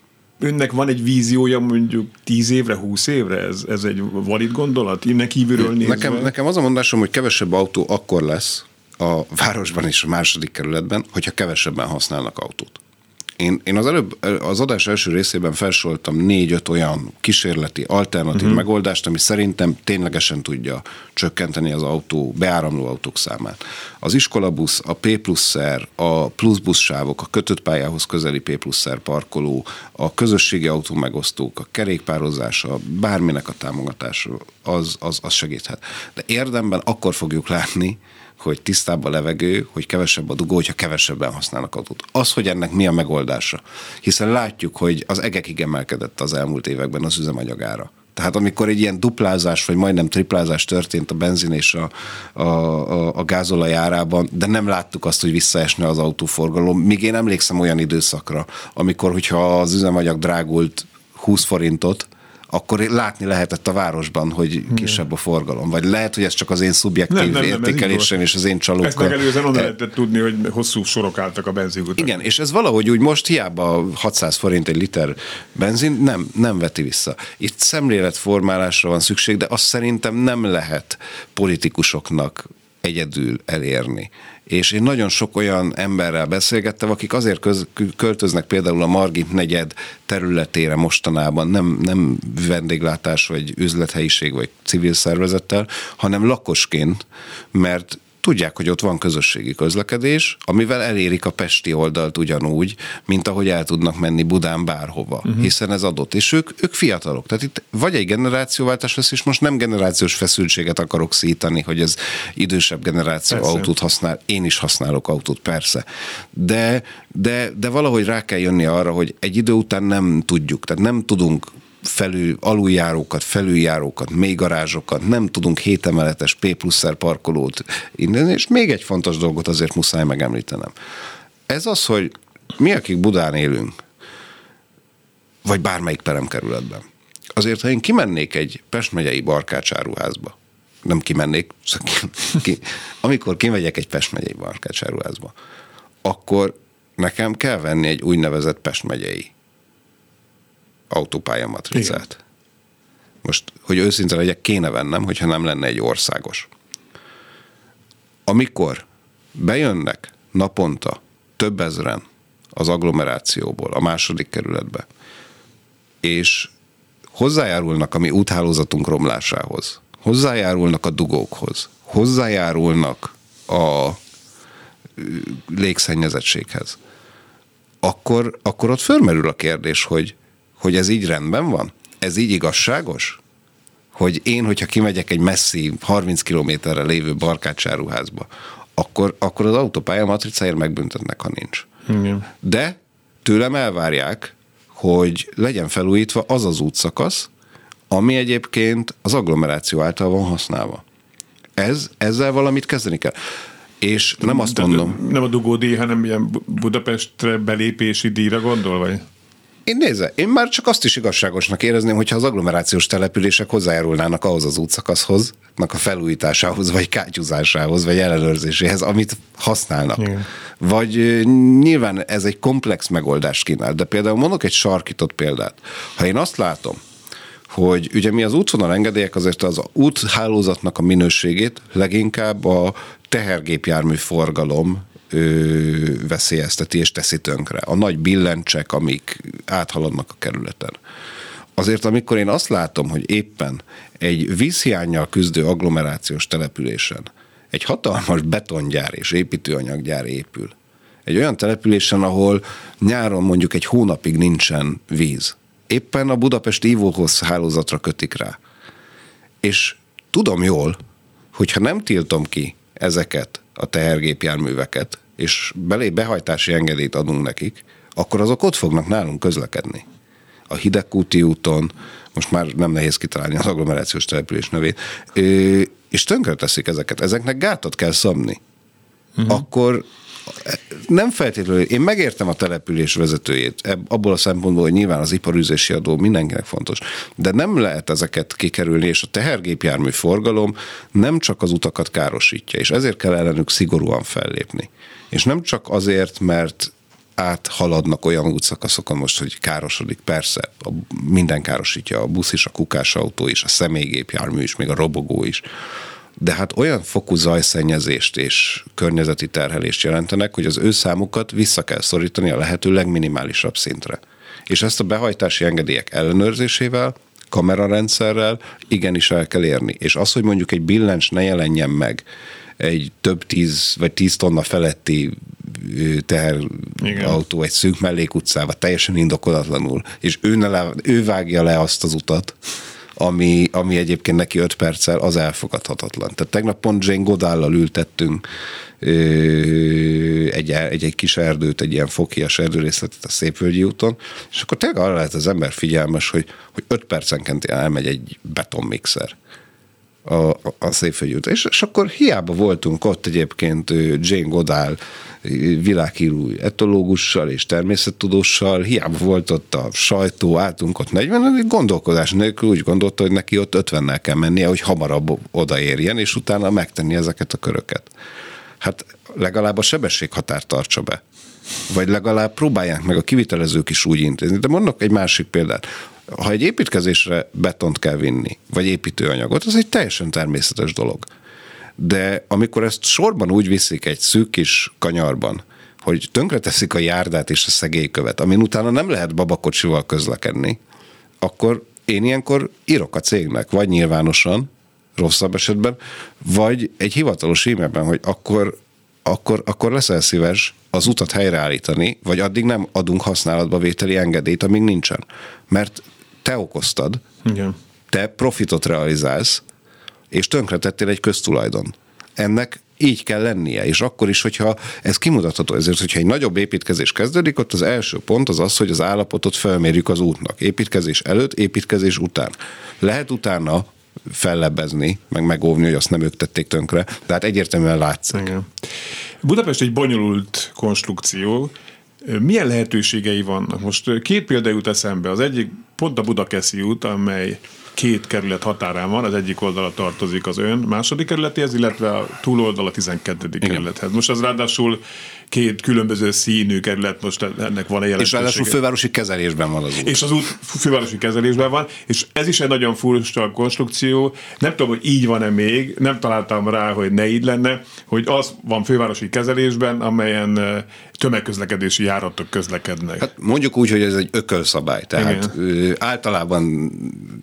Speaker 3: önnek van egy víziója mondjuk tíz évre, húsz évre? Ez, ez egy valid gondolat? Innen kívülről nézve?
Speaker 4: Nekem, nekem az a mondásom, hogy kevesebb autó akkor lesz a városban és a második kerületben, hogyha kevesebben használnak autót. Én, én az előbb, az adás első részében felsoroltam négy-öt olyan kísérleti, alternatív uh-huh. megoldást, ami szerintem ténylegesen tudja csökkenteni az autó, beáramló autók számát. Az iskolabusz, a P plusz-szer, a pluszbuszsávok, a kötött pályához közeli P plusz-szer parkoló, a közösségi autó megosztók, a kerékpározása, bárminek a támogatása, az, az, az segíthet. De érdemben akkor fogjuk látni, hogy tisztább a levegő, hogy kevesebb a dugó, hogyha kevesebben használnak autót. Az, hogy ennek mi a megoldása. Hiszen látjuk, hogy az egekig emelkedett az elmúlt években az üzemanyagára. Tehát amikor egy ilyen duplázás, vagy majdnem triplázás történt a benzin és a, a, a, a gázolaj árában, de nem láttuk azt, hogy visszaesne az autóforgalom. Míg én emlékszem olyan időszakra, amikor, hogyha az üzemanyag drágult húsz forintot, akkor látni lehetett a városban, hogy kisebb a forgalom. Vagy lehet, hogy ez csak az én szubjektív nem, nem, nem, értékelésem és az én csalókkal.
Speaker 3: Ezt megelőzően onnan lehetett tudni, hogy hosszú sorok álltak a benzinkutakon.
Speaker 4: Igen, és ez valahogy úgy most hiába hatszáz forint egy liter benzin, nem, nem veti vissza. Itt szemléletformálásra van szükség, de azt szerintem nem lehet politikusoknak egyedül elérni. És én nagyon sok olyan emberrel beszélgettem, akik azért köz, költöznek például a Margit negyed területére mostanában, nem, nem vendéglátás, vagy üzlethelyiség, vagy civil szervezettel, hanem lakosként, mert tudják, hogy ott van közösségi közlekedés, amivel elérik a pesti oldalt ugyanúgy, mint ahogy el tudnak menni Budán bárhova, uh-huh. hiszen ez adott. És ők, ők fiatalok. Tehát itt vagy egy generációváltás lesz, és most nem generációs feszültséget akarok szítani, hogy ez idősebb generáció persze. autót használ. Én is használok autót, persze. De, de, de valahogy rá kell jönni arra, hogy egy idő után nem tudjuk, tehát nem tudunk felül, aluljárókat, felüljárókat, mély garázsokat, nem tudunk hétemeletes P plusz-szer parkolót innen, és még egy fontos dolgot azért muszáj megemlítenem. Ez az, hogy mi, akik Budán élünk, vagy bármelyik peremkerületben, azért, ha én kimennék egy Pest megyei barkácsáruházba, nem kimennék, ki, amikor kimegyek egy Pest megyei barkácsáruházba, akkor nekem kell venni egy úgynevezett Pest megyei autópályamatricát. Igen. Most, hogy őszinte legyek, kéne vennem, hogyha nem lenne egy országos. Amikor bejönnek naponta több ezren az agglomerációból, a második kerületbe, és hozzájárulnak a mi úthálózatunk romlásához, hozzájárulnak a dugókhoz, hozzájárulnak a légszennyezettséghez, akkor, akkor ott fölmerül a kérdés, hogy hogy ez így rendben van? Ez így igazságos? Hogy én, hogyha kimegyek egy messzi harminc kilométerre lévő barkácsáruházba, akkor, akkor az autópálya matricáért megbüntetnek, ha nincs.
Speaker 3: Igen.
Speaker 4: De tőlem elvárják, hogy legyen felújítva az az útszakasz, ami egyébként az agglomeráció által van használva. Ez, ezzel valamit kezdeni kell. És nem azt mondom...
Speaker 3: De, nem a dugódíj, hanem ilyen Budapestre belépési díjra gondol, vagy?
Speaker 4: Én nézze, én már csak azt is igazságosnak érezném, hogyha az agglomerációs települések hozzájárulnának ahhoz az útszakaszhoz, a felújításához, vagy kátyúzásához, vagy ellenőrzéséhez, amit használnak. Igen. Vagy nyilván ez egy komplex megoldást kínál, de például mondok egy sarkított példát. Ha én azt látom, hogy ugye mi az útvonal engedélyek azért az úthálózatnak a minőségét leginkább a tehergépjármű forgalom ö, veszélyezteti és teszi tönkre. A nagy billencsek, amik áthaladnak a kerületen. Azért, amikor én azt látom, hogy éppen egy vízhiánnyal küzdő agglomerációs településen egy hatalmas betongyár és építőanyaggyár épül. Egy olyan településen, ahol nyáron mondjuk egy hónapig nincsen víz. Éppen a budapesti ivóhossz hálózatra kötik rá. És tudom jól, hogyha nem tiltom ki ezeket a tehergépjárműveket, és belé behajtási engedélyt adunk nekik, akkor azok ott fognak nálunk közlekedni. A Hidegkúti úton, most már nem nehéz kitalálni az agglomerációs település nevét, és tönkreteszik ezeket. Ezeknek gátat kell szabni. Uh-huh. Akkor nem feltétlenül, én megértem a település vezetőjét, abból a szempontból, hogy nyilván az iparűzési adó mindenkinek fontos, de nem lehet ezeket kikerülni, és a tehergépjármű forgalom nem csak az utakat károsítja, és ezért kell ellenük szigorúan fellépni. És nem csak azért, mert áthaladnak olyan útszakaszokon most, hogy károsodik, persze, a, minden károsítja, a busz is, a kukásautó is, a személygépjármű is, még a robogó is. De hát olyan fokú zajszennyezést és környezeti terhelést jelentenek, hogy az ő számukat vissza kell szorítani a lehető legminimálisabb szintre. És ezt a behajtási engedélyek ellenőrzésével, kamerarendszerrel igenis el kell érni. És az, hogy mondjuk egy billencs ne jelenjen meg egy több tíz vagy tíz tonna feletti teherautó egy szűk mellékutcába teljesen indokolatlanul, és ő, ne le, ő vágja le azt az utat, Ami, ami egyébként neki öt perccel, az elfogadhatatlan. Tehát tegnap pont Jane Goodall-lal ültettünk egy, egy, egy kis erdőt, egy ilyen fokhíjas erdőrészletet a Szépvölgyi úton, és akkor tényleg arra lehet az ember figyelmes, hogy, hogy öt percenként elmegy egy betonmixer a, a Szépvölgyi úton. És, és akkor hiába voltunk ott egyébként Jane Goodall világhírű etológussal és természettudóssal, hiába volt ott a sajtó, álltunk ott negyven, gondolkodás nélkül úgy gondolta, hogy neki ott ötvennel kell mennie, hogy hamarabb odaérjen, és utána megtenni ezeket a köröket. Hát legalább a sebességhatárt tartsa be. Vagy legalább próbálják meg a kivitelezők is úgy intézni. De mondok egy másik példát. Ha egy építkezésre betont kell vinni, vagy építőanyagot, az egy teljesen természetes dolog. De amikor ezt sorban úgy viszik egy szűk kis kanyarban, hogy tönkreteszik a járdát és a szegélykövet, amin utána nem lehet babakocsival közlekedni, akkor én ilyenkor írok a cégnek, vagy nyilvánosan, rosszabb esetben, vagy egy hivatalos e-mailben, hogy akkor, akkor, akkor leszel szíves az utat helyreállítani, vagy addig nem adunk használatba vételi engedélyt, amíg nincsen. Mert te okoztad, igen. Te profitot realizálsz, és tönkretettél egy köztulajdon. Ennek így kell lennie, és akkor is, hogyha ez kimutatható, ezért, hogyha egy nagyobb építkezés kezdődik, ott az első pont az az, hogy az állapotot felmérjük az útnak. Építkezés előtt, építkezés után. Lehet utána fellebbezni, meg megóvni, hogy azt nem ők tették tönkre, de hát egyértelműen látszik. Igen.
Speaker 3: Budapest egy bonyolult konstrukció. Milyen lehetőségei vannak? Most két példa jut eszembe. Az egyik pont a Budakeszi út, amely két kerület határán van, az egyik oldala tartozik az ön második kerületéhez, illetve a túloldal a tizenkettedik kerülethez. Most az ráadásul két különböző színű kerület, most ennek van egy jelentősége.
Speaker 4: És ráadásul fővárosi kezelésben van az út.
Speaker 3: És az út fővárosi kezelésben van, és ez is egy nagyon furcsa konstrukció. Nem tudom, hogy így van-e még, nem találtam rá, hogy ne így lenne, hogy az van fővárosi kezelésben, amelyen tömegközlekedési járatok közlekednek.
Speaker 4: Hát mondjuk úgy, hogy ez egy ökölszabály. Tehát igen. Általában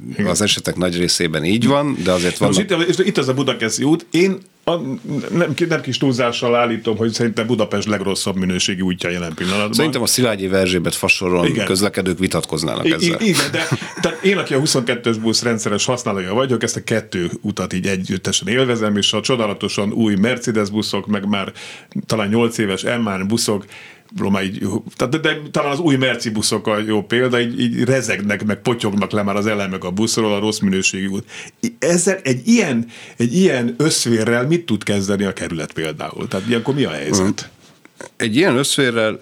Speaker 3: Igen.
Speaker 4: Az esetek nagy részében így van, de azért van.
Speaker 3: Itt, itt az a Budakeszi út. Én a, nem, nem kis túlzással állítom, hogy szerintem Budapest legrosszabb minőségi útja jelen pillanatban.
Speaker 4: Szerintem a Szilágyi Erzsébet fasoron
Speaker 3: igen.
Speaker 4: közlekedők vitatkoznának
Speaker 3: I,
Speaker 4: ezzel.
Speaker 3: Igen, de tehát én, aki a huszonkettős busz rendszeres használója vagyok, ezt a kettő utat így együttesen élvezem, és a csodálatosan új Mercedes buszok, meg már talán nyolc éves Elmán buszok, így, de, de talán az új Merci buszok a jó példa, így, így rezegnek, meg potyognak le már az elemek a buszról, a rossz minőségű út. Ezzel egy ilyen, egy ilyen összvérrel mit tud kezdeni a kerület például? Tehát ilyenkor mi a helyzet?
Speaker 4: Egy ilyen összvérrel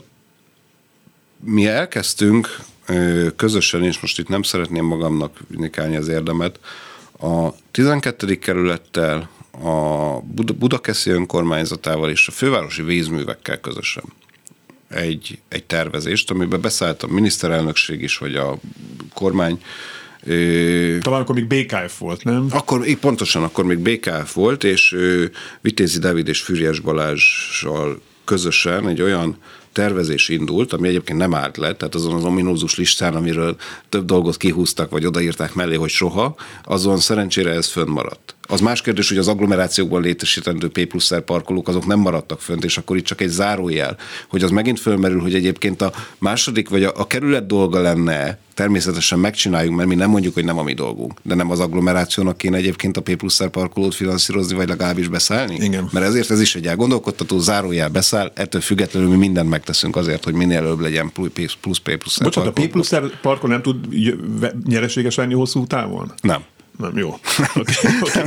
Speaker 4: mi elkezdtünk közösen, és most itt nem szeretném magamnak vindikálni az érdemet, a tizenkettedik kerülettel, a Budakeszi önkormányzatával és a fővárosi vízművekkel közösen egy, egy tervezést, amiben beszállt a miniszterelnökség is, hogy a kormány.
Speaker 3: Talán akkor még bé ká ef volt, nem?
Speaker 4: Akkor, pontosan, akkor még bé ká ef volt, és Vitézi Dávid és Füriyes Balázssal közösen egy olyan tervezés indult, ami egyébként nem állt le, tehát azon az ominózus listán, amiről több dolgot kihúztak, vagy odaírták mellé, hogy soha, azon szerencsére ez fönnmaradt. Az más kérdés, hogy az agglomerációkban létesítendő P plusz R parkolók azok nem maradtak fönt, és akkor itt csak egy zárójel, hogy az megint fölmerül, hogy egyébként a második, vagy a, a kerület dolga lenne, természetesen megcsináljuk, mert mi nem mondjuk, hogy nem a mi dolgunk, de nem az agglomerációnak kéne egyébként a P plusz R parkolót finanszírozni, vagy legalábbis beszállni?
Speaker 3: Igen.
Speaker 4: Mert ezért ez is egy elgondolkodtató, zárójel beszáll, ettől függetlenül mi mindent megteszünk azért, hogy minél előbb legyen plusz P plusz R.
Speaker 3: Bocsánat, a P plusz R parkoló nem tud nyereséges lenni hosszú távon?
Speaker 4: Nem.
Speaker 3: Nem, jó. Okay, okay,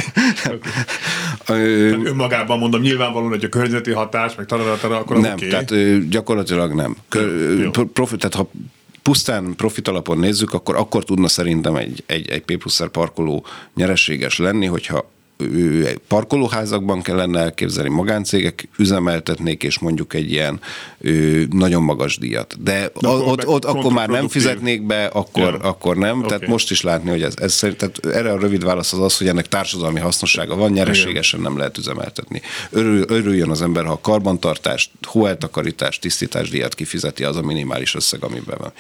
Speaker 3: okay. Önmagában mondom, nyilvánvalóan, hogy a környezeti hatás, meg taradatara, akkor
Speaker 4: nem,
Speaker 3: okay.
Speaker 4: tehát gyakorlatilag nem. Kör, profi, tehát ha pusztán profit alapon nézzük, akkor akkor tudna szerintem egy, egy, egy P plusz R parkoló nyereséges lenni, hogyha parkolóházakban kellene elképzelni, magáncégek üzemeltetnék, és mondjuk egy ilyen ő, nagyon magas díjat. De, De akkor, ott, ott akkor már nem fizetnék be, akkor, ja. akkor nem. Okay. Tehát most is látni, hogy ez, ez tehát erre a rövid válasz az az, hogy ennek társadalmi hasznossága van, nyereségesen nem lehet üzemeltetni. Örül, örüljön az ember, ha a karbantartást, hóeltakarítást, tisztításdíjat kifizeti, az a minimális összeg, amiben van.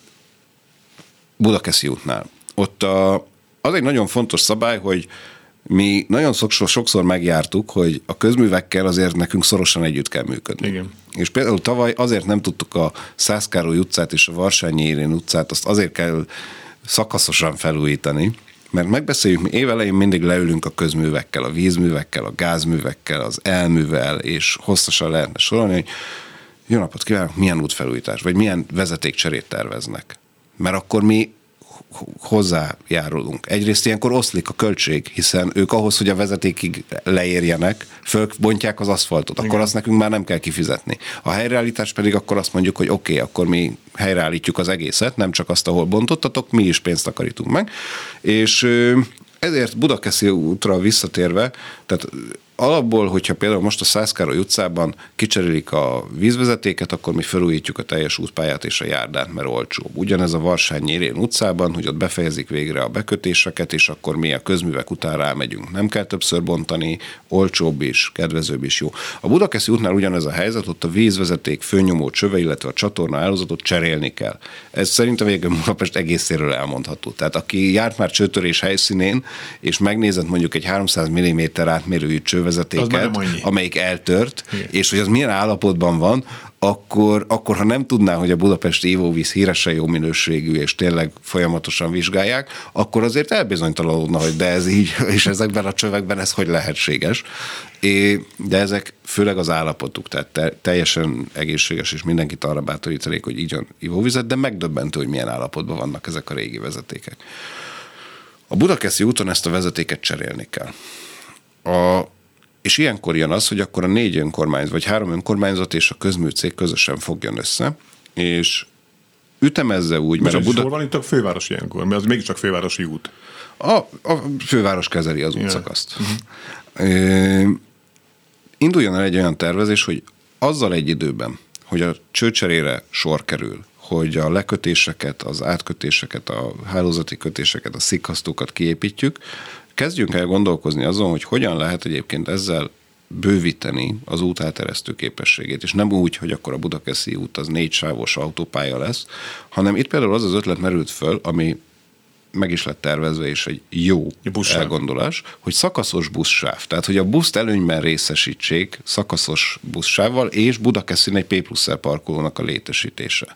Speaker 4: Budakeszi útnál. Ott a, az egy nagyon fontos szabály, hogy mi nagyon sokszor, sokszor megjártuk, hogy a közművekkel azért nekünk szorosan együtt kell működni.
Speaker 3: Igen.
Speaker 4: És például tavaly azért nem tudtuk a Szász Károly utcát és a Varsányi Irén utcát, azt azért kell szakaszosan felújítani, mert megbeszéljük, mi évelején mindig leülünk a közművekkel, a vízművekkel, a gázművekkel, az elművel, és hosszasan lehetne sorolni, hogy jó napot kívánok, milyen útfelújítás, vagy milyen vezetékcserét terveznek. Mert akkor mi hozzájárulunk. Egyrészt ilyenkor oszlik a költség, hiszen ők ahhoz, hogy a vezetékig leérjenek, fölbontják az aszfaltot, akkor azt nekünk már nem kell kifizetni. A helyreállítás pedig akkor azt mondjuk, hogy oké, okay, akkor mi helyreállítjuk az egészet, nem csak azt, ahol bontottatok, mi is pénzt takarítunk meg. És ezért Budakeszi útra visszatérve, tehát alapból, hogyha például most a Szász Károly utcában kicserélik a vízvezetéket, akkor mi felújítjuk a teljes útpályát és a járdát, mert olcsóbb. Ugyanez a Varsányi Irén utcában, hogy ott befejezik végre a bekötéseket, és akkor mi a közművek után rámegyünk. Nem kell többször bontani, olcsóbb is, kedvezőbb is jó. A Budakeszi útnál ugyanez a helyzet, ott a vízvezeték főnyomó csöve, illetve a csatorna hálózatot cserélni kell. Ez szerintem végül Budapest egészéről elmondható. Tehát aki járt már csőtörés helyszínén, és megnézett mondjuk egy háromszáz milliméter átmérőjű csővezetéket, amelyik eltört, igen. És hogy az milyen állapotban van, akkor, akkor ha nem tudná, hogy a budapesti ivóvíz híresen jó minőségű, és tényleg folyamatosan vizsgálják, akkor azért elbizonytalanodna, hogy de ez így, és ezekben a csövekben ez hogy lehetséges. É, de ezek főleg az állapotuk, tehát te, teljesen egészséges, és mindenkit arra bátorítanék, hogy igyon ivóvizet, de megdöbbentő, hogy milyen állapotban vannak ezek a régi vezetékek. A Budakeszi úton ezt a vezetéket cserélni kell. A És ilyenkor jön az, hogy akkor a négy önkormányzat, vagy három önkormányzat és a közműcég közösen fogjon össze, és ütemezze úgy, mert, mert a Buda...
Speaker 3: Hol van itt a főváros ilyenkor? Mert az mégiscsak fővárosi út.
Speaker 4: A, a főváros kezeli az útszakaszt.
Speaker 3: Uh-huh.
Speaker 4: E, induljon el egy olyan tervezés, hogy azzal egy időben, hogy a csőcserére sor kerül, hogy a lekötéseket, az átkötéseket, a hálózati kötéseket, a szikkasztókat kiépítjük, kezdjünk el gondolkozni azon, hogy hogyan lehet egyébként ezzel bővíteni az út áteresztő képességét, és nem úgy, hogy akkor a Budakeszi út az négy sávos autópálya lesz, hanem itt például az az ötlet merült föl, ami meg is lett tervezve, és egy jó buszsáv. Elgondolás, hogy szakaszos buszsáv. Tehát, hogy a buszt előnyben részesítsék szakaszos buszsávval, és Budakeszin egy P plusz parkolónak a létesítése.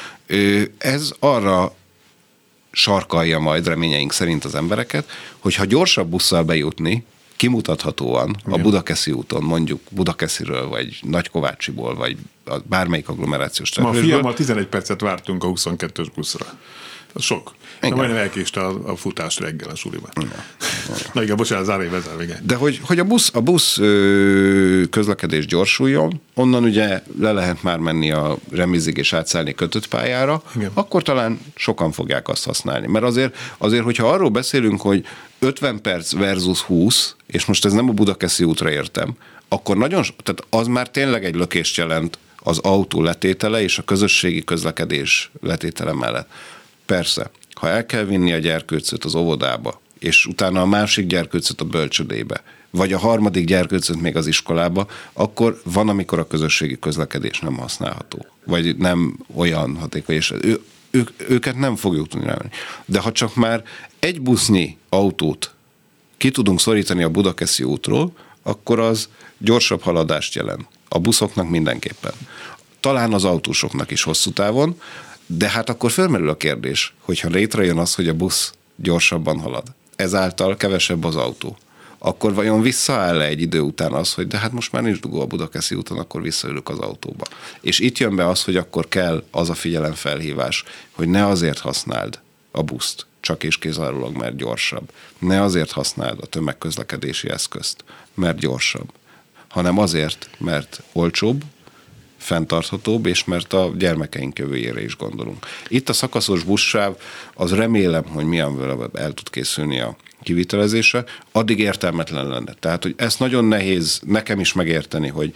Speaker 4: Ez arra sarkalja majd reményeink szerint az embereket, hogy ha gyorsabb busszal bejutni, kimutathatóan igen. a Budakeszi úton, mondjuk Budakesziről, vagy Nagykovácsiból, vagy bármelyik agglomerációs településből.
Speaker 3: Ma a fiammal tizenegy percet vártunk a huszonkettős buszra. Ez sok. De majdnem elkéste a, a futás reggel a suliban. Igen. Na igen, bocsánat, zárj vezel, igen.
Speaker 4: De hogy, hogy a busz, a busz ö, közlekedés gyorsuljon, onnan ugye le lehet már menni a Remizig és átszállni kötött pályára, igen. akkor talán sokan fogják azt használni. Mert azért, azért, hogyha arról beszélünk, hogy ötven perc versus húsz, és most ez nem a Budakeszi útra értem, akkor nagyon, tehát az már tényleg egy lökést jelent az autó letétele és a közösségi közlekedés letétele mellett. Persze, ha el kell vinni a gyerkőcöt az óvodába, és utána a másik gyerkőcöt a bölcsödébe, vagy a harmadik gyerkőcöt még az iskolába, akkor van, amikor a közösségi közlekedés nem használható, vagy nem olyan hatékony, és ő, ő, őket nem fogjuk tudni rávenni. De ha csak már egy busznyi autót ki tudunk szorítani a Budakeszi útról, akkor az gyorsabb haladást jelent. A buszoknak mindenképpen. Talán az autósoknak is hosszú távon, de hát akkor felmerül a kérdés, hogyha létrejön az, hogy a busz gyorsabban halad, ezáltal kevesebb az autó, akkor vajon visszaáll-e egy idő után az, hogy de hát most már nincs dugó a Budakeszi úton, akkor visszaülök az autóba. És itt jön be az, hogy akkor kell az a figyelemfelhívás, hogy ne azért használd a buszt, csak és kizárólag, mert gyorsabb. Ne azért használd a tömegközlekedési eszközt, mert gyorsabb, hanem azért, mert olcsóbb, fenntarthatóbb, és mert a gyermekeink jövőjére is gondolunk. Itt a szakaszos buszsáv, az remélem, hogy milyen el tud készülni a kivitelezése, addig értelmetlen lenne. Tehát, hogy ezt nagyon nehéz nekem is megérteni, hogy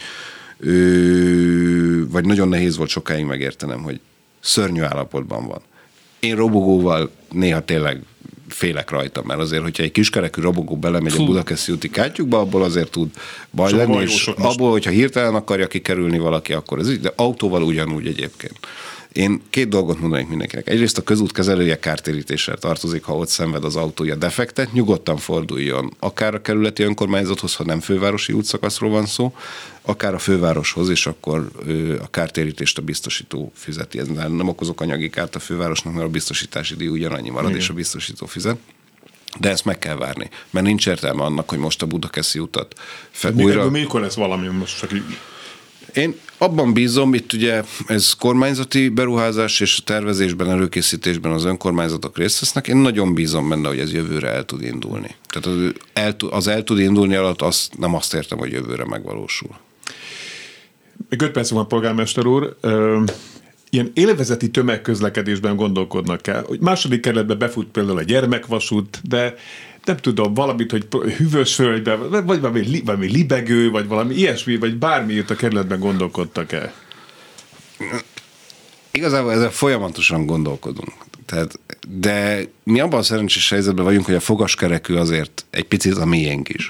Speaker 4: ő, vagy nagyon nehéz volt sokáig megértenem, hogy szörnyű állapotban van. Én robogóval néha tényleg félek rajta, mert azért, hogyha egy kiskerekű robogó belemegy Fú. a Budakeszi úti kátyukba, abból azért tud baj so lenni, és abból, hogyha hirtelen akarja kikerülni valaki, akkor ez így, de autóval ugyanúgy egyébként. Én két dolgot mondanék mindenkinek. Egyrészt a közút kezelője kártérítéssel tartozik, ha ott szenved az autója defektet, nyugodtan forduljon akár a kerületi önkormányzathoz, ha nem fővárosi útszakaszról van szó, akár a fővároshoz, és akkor a kártérítést a biztosító fizeti. Ez nem okozok anyagi kárt a fővárosnak, mert a biztosítási díj ugyanannyi marad, igen. és a biztosító fizet. De ezt meg kell várni, mert nincs értelme annak, hogy most a Budakeszi utat
Speaker 3: fe, újra... Mikor lesz valami most csak így...
Speaker 4: Én abban bízom, itt ugye ez kormányzati beruházás, és a tervezésben, előkészítésben az önkormányzatok részt vesznek. Én nagyon bízom benne, hogy ez jövőre el tud indulni. Tehát az el, az el tud indulni alatt, azt, nem azt értem, hogy jövőre megvalósul.
Speaker 3: Még öt perc van, polgármester úr. Ilyen élvezeti tömegközlekedésben gondolkodnak el. Második kerületben befut például a gyermekvasút, de nem tudom, valamit, hogy Hűvösvölgybe, vagy valami, valami libegő, vagy valami ilyesmi, vagy bármi itt a kerületben gondolkodtak el.
Speaker 4: Igazából ezzel folyamatosan gondolkodunk. Tehát, de mi abban a szerencsés helyzetben vagyunk, hogy a fogaskerekű azért egy picit a miénk is.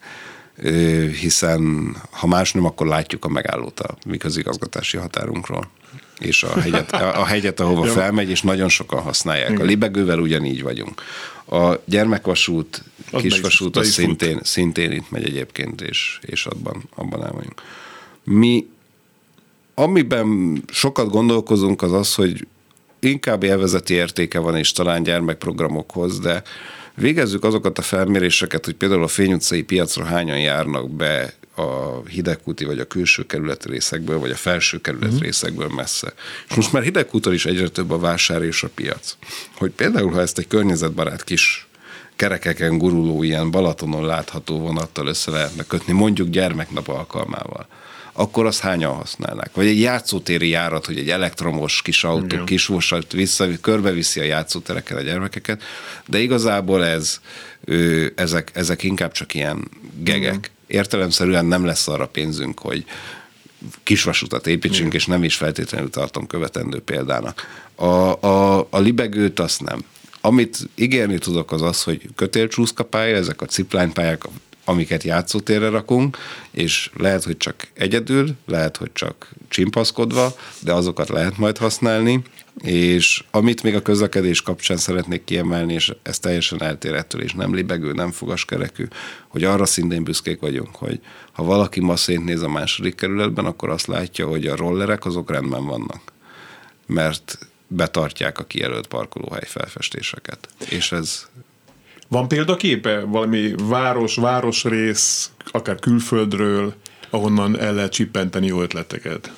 Speaker 4: Hiszen ha más nem, akkor látjuk a megállót a mi közigazgatási határunkról. És a hegyet, a hegyet ahova felmegy, és nagyon sokan használják. A libegővel ugyanígy vagyunk. A gyermekvasút, az kisvasút, az szintén, szintén itt megy egyébként, és, és abban, abban el vagyunk. Mi, amiben sokat gondolkozunk, az az, hogy inkább élvezeti értéke van, és talán gyermekprogramokhoz, de végezzük azokat a felméréseket, hogy például a Fény utcai piacra hányan járnak be a hidegkúti vagy a külső kerület részekből, vagy a felső kerület mm. részekből messze. És most már Hidegkúton is egyre több a vásár és a piac. Hogy például, ha ezt egy környezetbarát kis kerekeken guruló, ilyen Balatonon látható vonattal össze lehetne kötni, mondjuk gyermeknap alkalmával, akkor azt hányan használnák? Vagy egy játszótéri járat, hogy egy elektromos kis autó, igen. kisvosat vissza, körbeviszi a játszótereken a gyermekeket, de igazából ez, ezek, ezek inkább csak ilyen gegek. Igen. Értelemszerűen nem lesz arra pénzünk, hogy kisvasutat építsünk, igen. és nem is feltétlenül tartom követendő példának. A, a, a libegőt azt nem. Amit ígérni tudok az az, hogy kötélcsúszkapálya, ezek a ciplánypályák, amiket játszótérre rakunk, és lehet, hogy csak egyedül, lehet, hogy csak csimpaszkodva, de azokat lehet majd használni. És amit még a közlekedés kapcsán szeretnék kiemelni, és ez teljesen eltér ettől, és nem libegő, nem fogaskerekű, hogy arra szintén büszkék vagyunk, hogy ha valaki ma szétnéz a második kerületben, akkor azt látja, hogy a rollerek azok rendben vannak. Mert betartják a kijelölt parkolóhely felfestéseket. És ez...
Speaker 3: Van példaképe? Valami város, városrész, akár külföldről, ahonnan el lehet csippenteni jó ötleteket?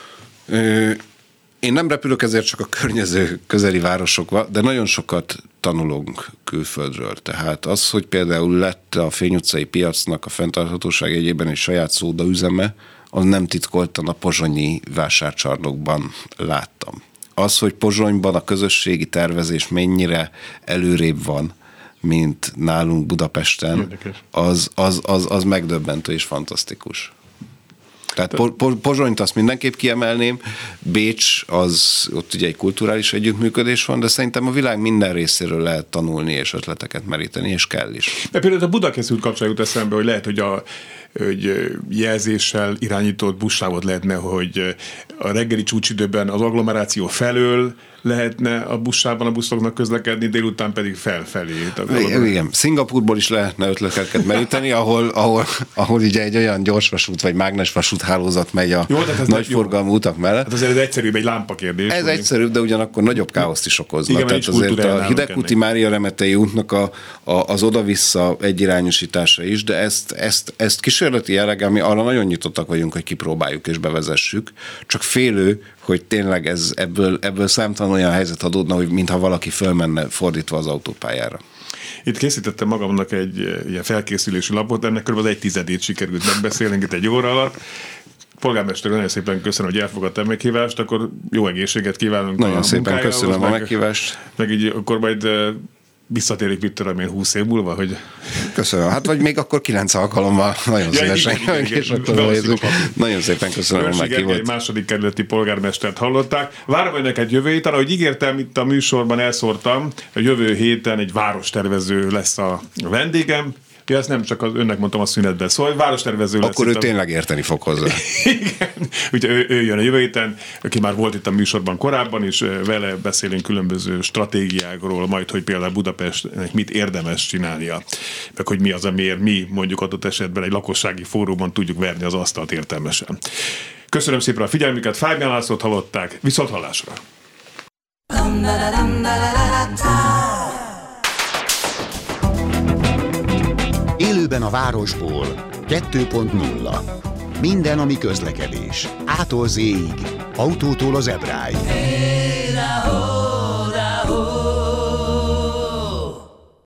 Speaker 4: Ö, én nem repülök, ezért csak a környező közeli városokba, de nagyon sokat tanulunk külföldről. Tehát az, hogy például lett a Fény utcai piacnak a fenntarthatóság jegyében egy saját szódaüzeme, az nem titkoltan a pozsonyi vásárcsarnokban láttam. Az, hogy Pozsonyban a közösségi tervezés mennyire előrébb van, mint nálunk Budapesten, az, az, az, az megdöbbentő és fantasztikus. Tehát po- po- Pozsonyt azt mindenképp kiemelném, Bécs, az ott ugye egy kulturális együttműködés van, de szerintem a világ minden részéről lehet tanulni és ötleteket meríteni, és kell is.
Speaker 3: De például a Budakeszült kapcsán jut eszembe, hogy lehet, hogy a hogy jelzéssel irányított buszsávot lehetne, hogy a reggeli csúcsidőben az agglomeráció felől lehetne a buszsában a buszoknak közlekedni, délután pedig felfelé.
Speaker 4: Igen, igen. Szingapurból is lehetne ötleteket meríteni, ahol, ahol, ahol ugye egy olyan gyorsvasút vagy mágnesvasút hálózat megy a nagyforgalmú utak mellett.
Speaker 3: Hát azért ez egyszerűbb, egy lámpa kérdés.
Speaker 4: Ez egyszerűbb, de ugyanakkor nagyobb káoszt is okozna. Igen, tehát azért a Hidegkúti Mária Remetei útnak a, a, az oda-vissza egyirányosítása is, de ezt, ezt, ezt kísérleti jelleggel mi arra nagyon nyitottak vagyunk, hogy kipróbáljuk és bevezessük. Csak félő, hogy tényleg ez, ebből, ebből számtalan olyan helyzet adódna, hogy mintha valaki fölmenne fordítva az autópályára.
Speaker 3: Itt készítettem magamnak egy ilyen felkészülési lapot, ennek kb. Egy tizedét sikerült megbeszélni itt egy óra alatt. Polgármester, nagyon szépen köszönöm, hogy elfogadtam meghívást, akkor jó egészséget kívánunk.
Speaker 4: Nagyon szépen köszönöm meg, a meghívást.
Speaker 3: Meg így akkor majd visszatérik, mit tudom én, húsz év múlva, hogy...
Speaker 4: Köszönöm. Hát vagy még akkor kilenc alkalommal nagyon ja, szívesen. Igen, igen, és igen, akkor nagyon szépen köszönöm, hogy meghívott.
Speaker 3: Egy második kerületi polgármestert hallották. Várom önöket jövő héten, ahogy ígértem, itt a műsorban elszórtam, a jövő héten egy várostervező lesz a vendégem. Ja, ezt nem csak az önnek mondtam a szünetben, szóval várostervező lesz.
Speaker 4: Akkor ő tényleg érteni fog hozzá.
Speaker 3: Igen, úgyhogy ő, ő jön a jövő héten, aki már volt itt a műsorban korábban, és vele beszélünk különböző stratégiákról, majd, hogy például Budapestnek mit érdemes csinálnia, meg hogy mi az, amiért mi mondjuk adott esetben egy lakossági fórumon tudjuk verni az asztalt értelmesen. Köszönöm szépen a figyelmüket, Fábián Lászlót hallották, viszont hallásra!
Speaker 1: Élőben a városból kettő pont nulla. Minden, ami közlekedés. Ától Z-ig, autótól az Ebráig.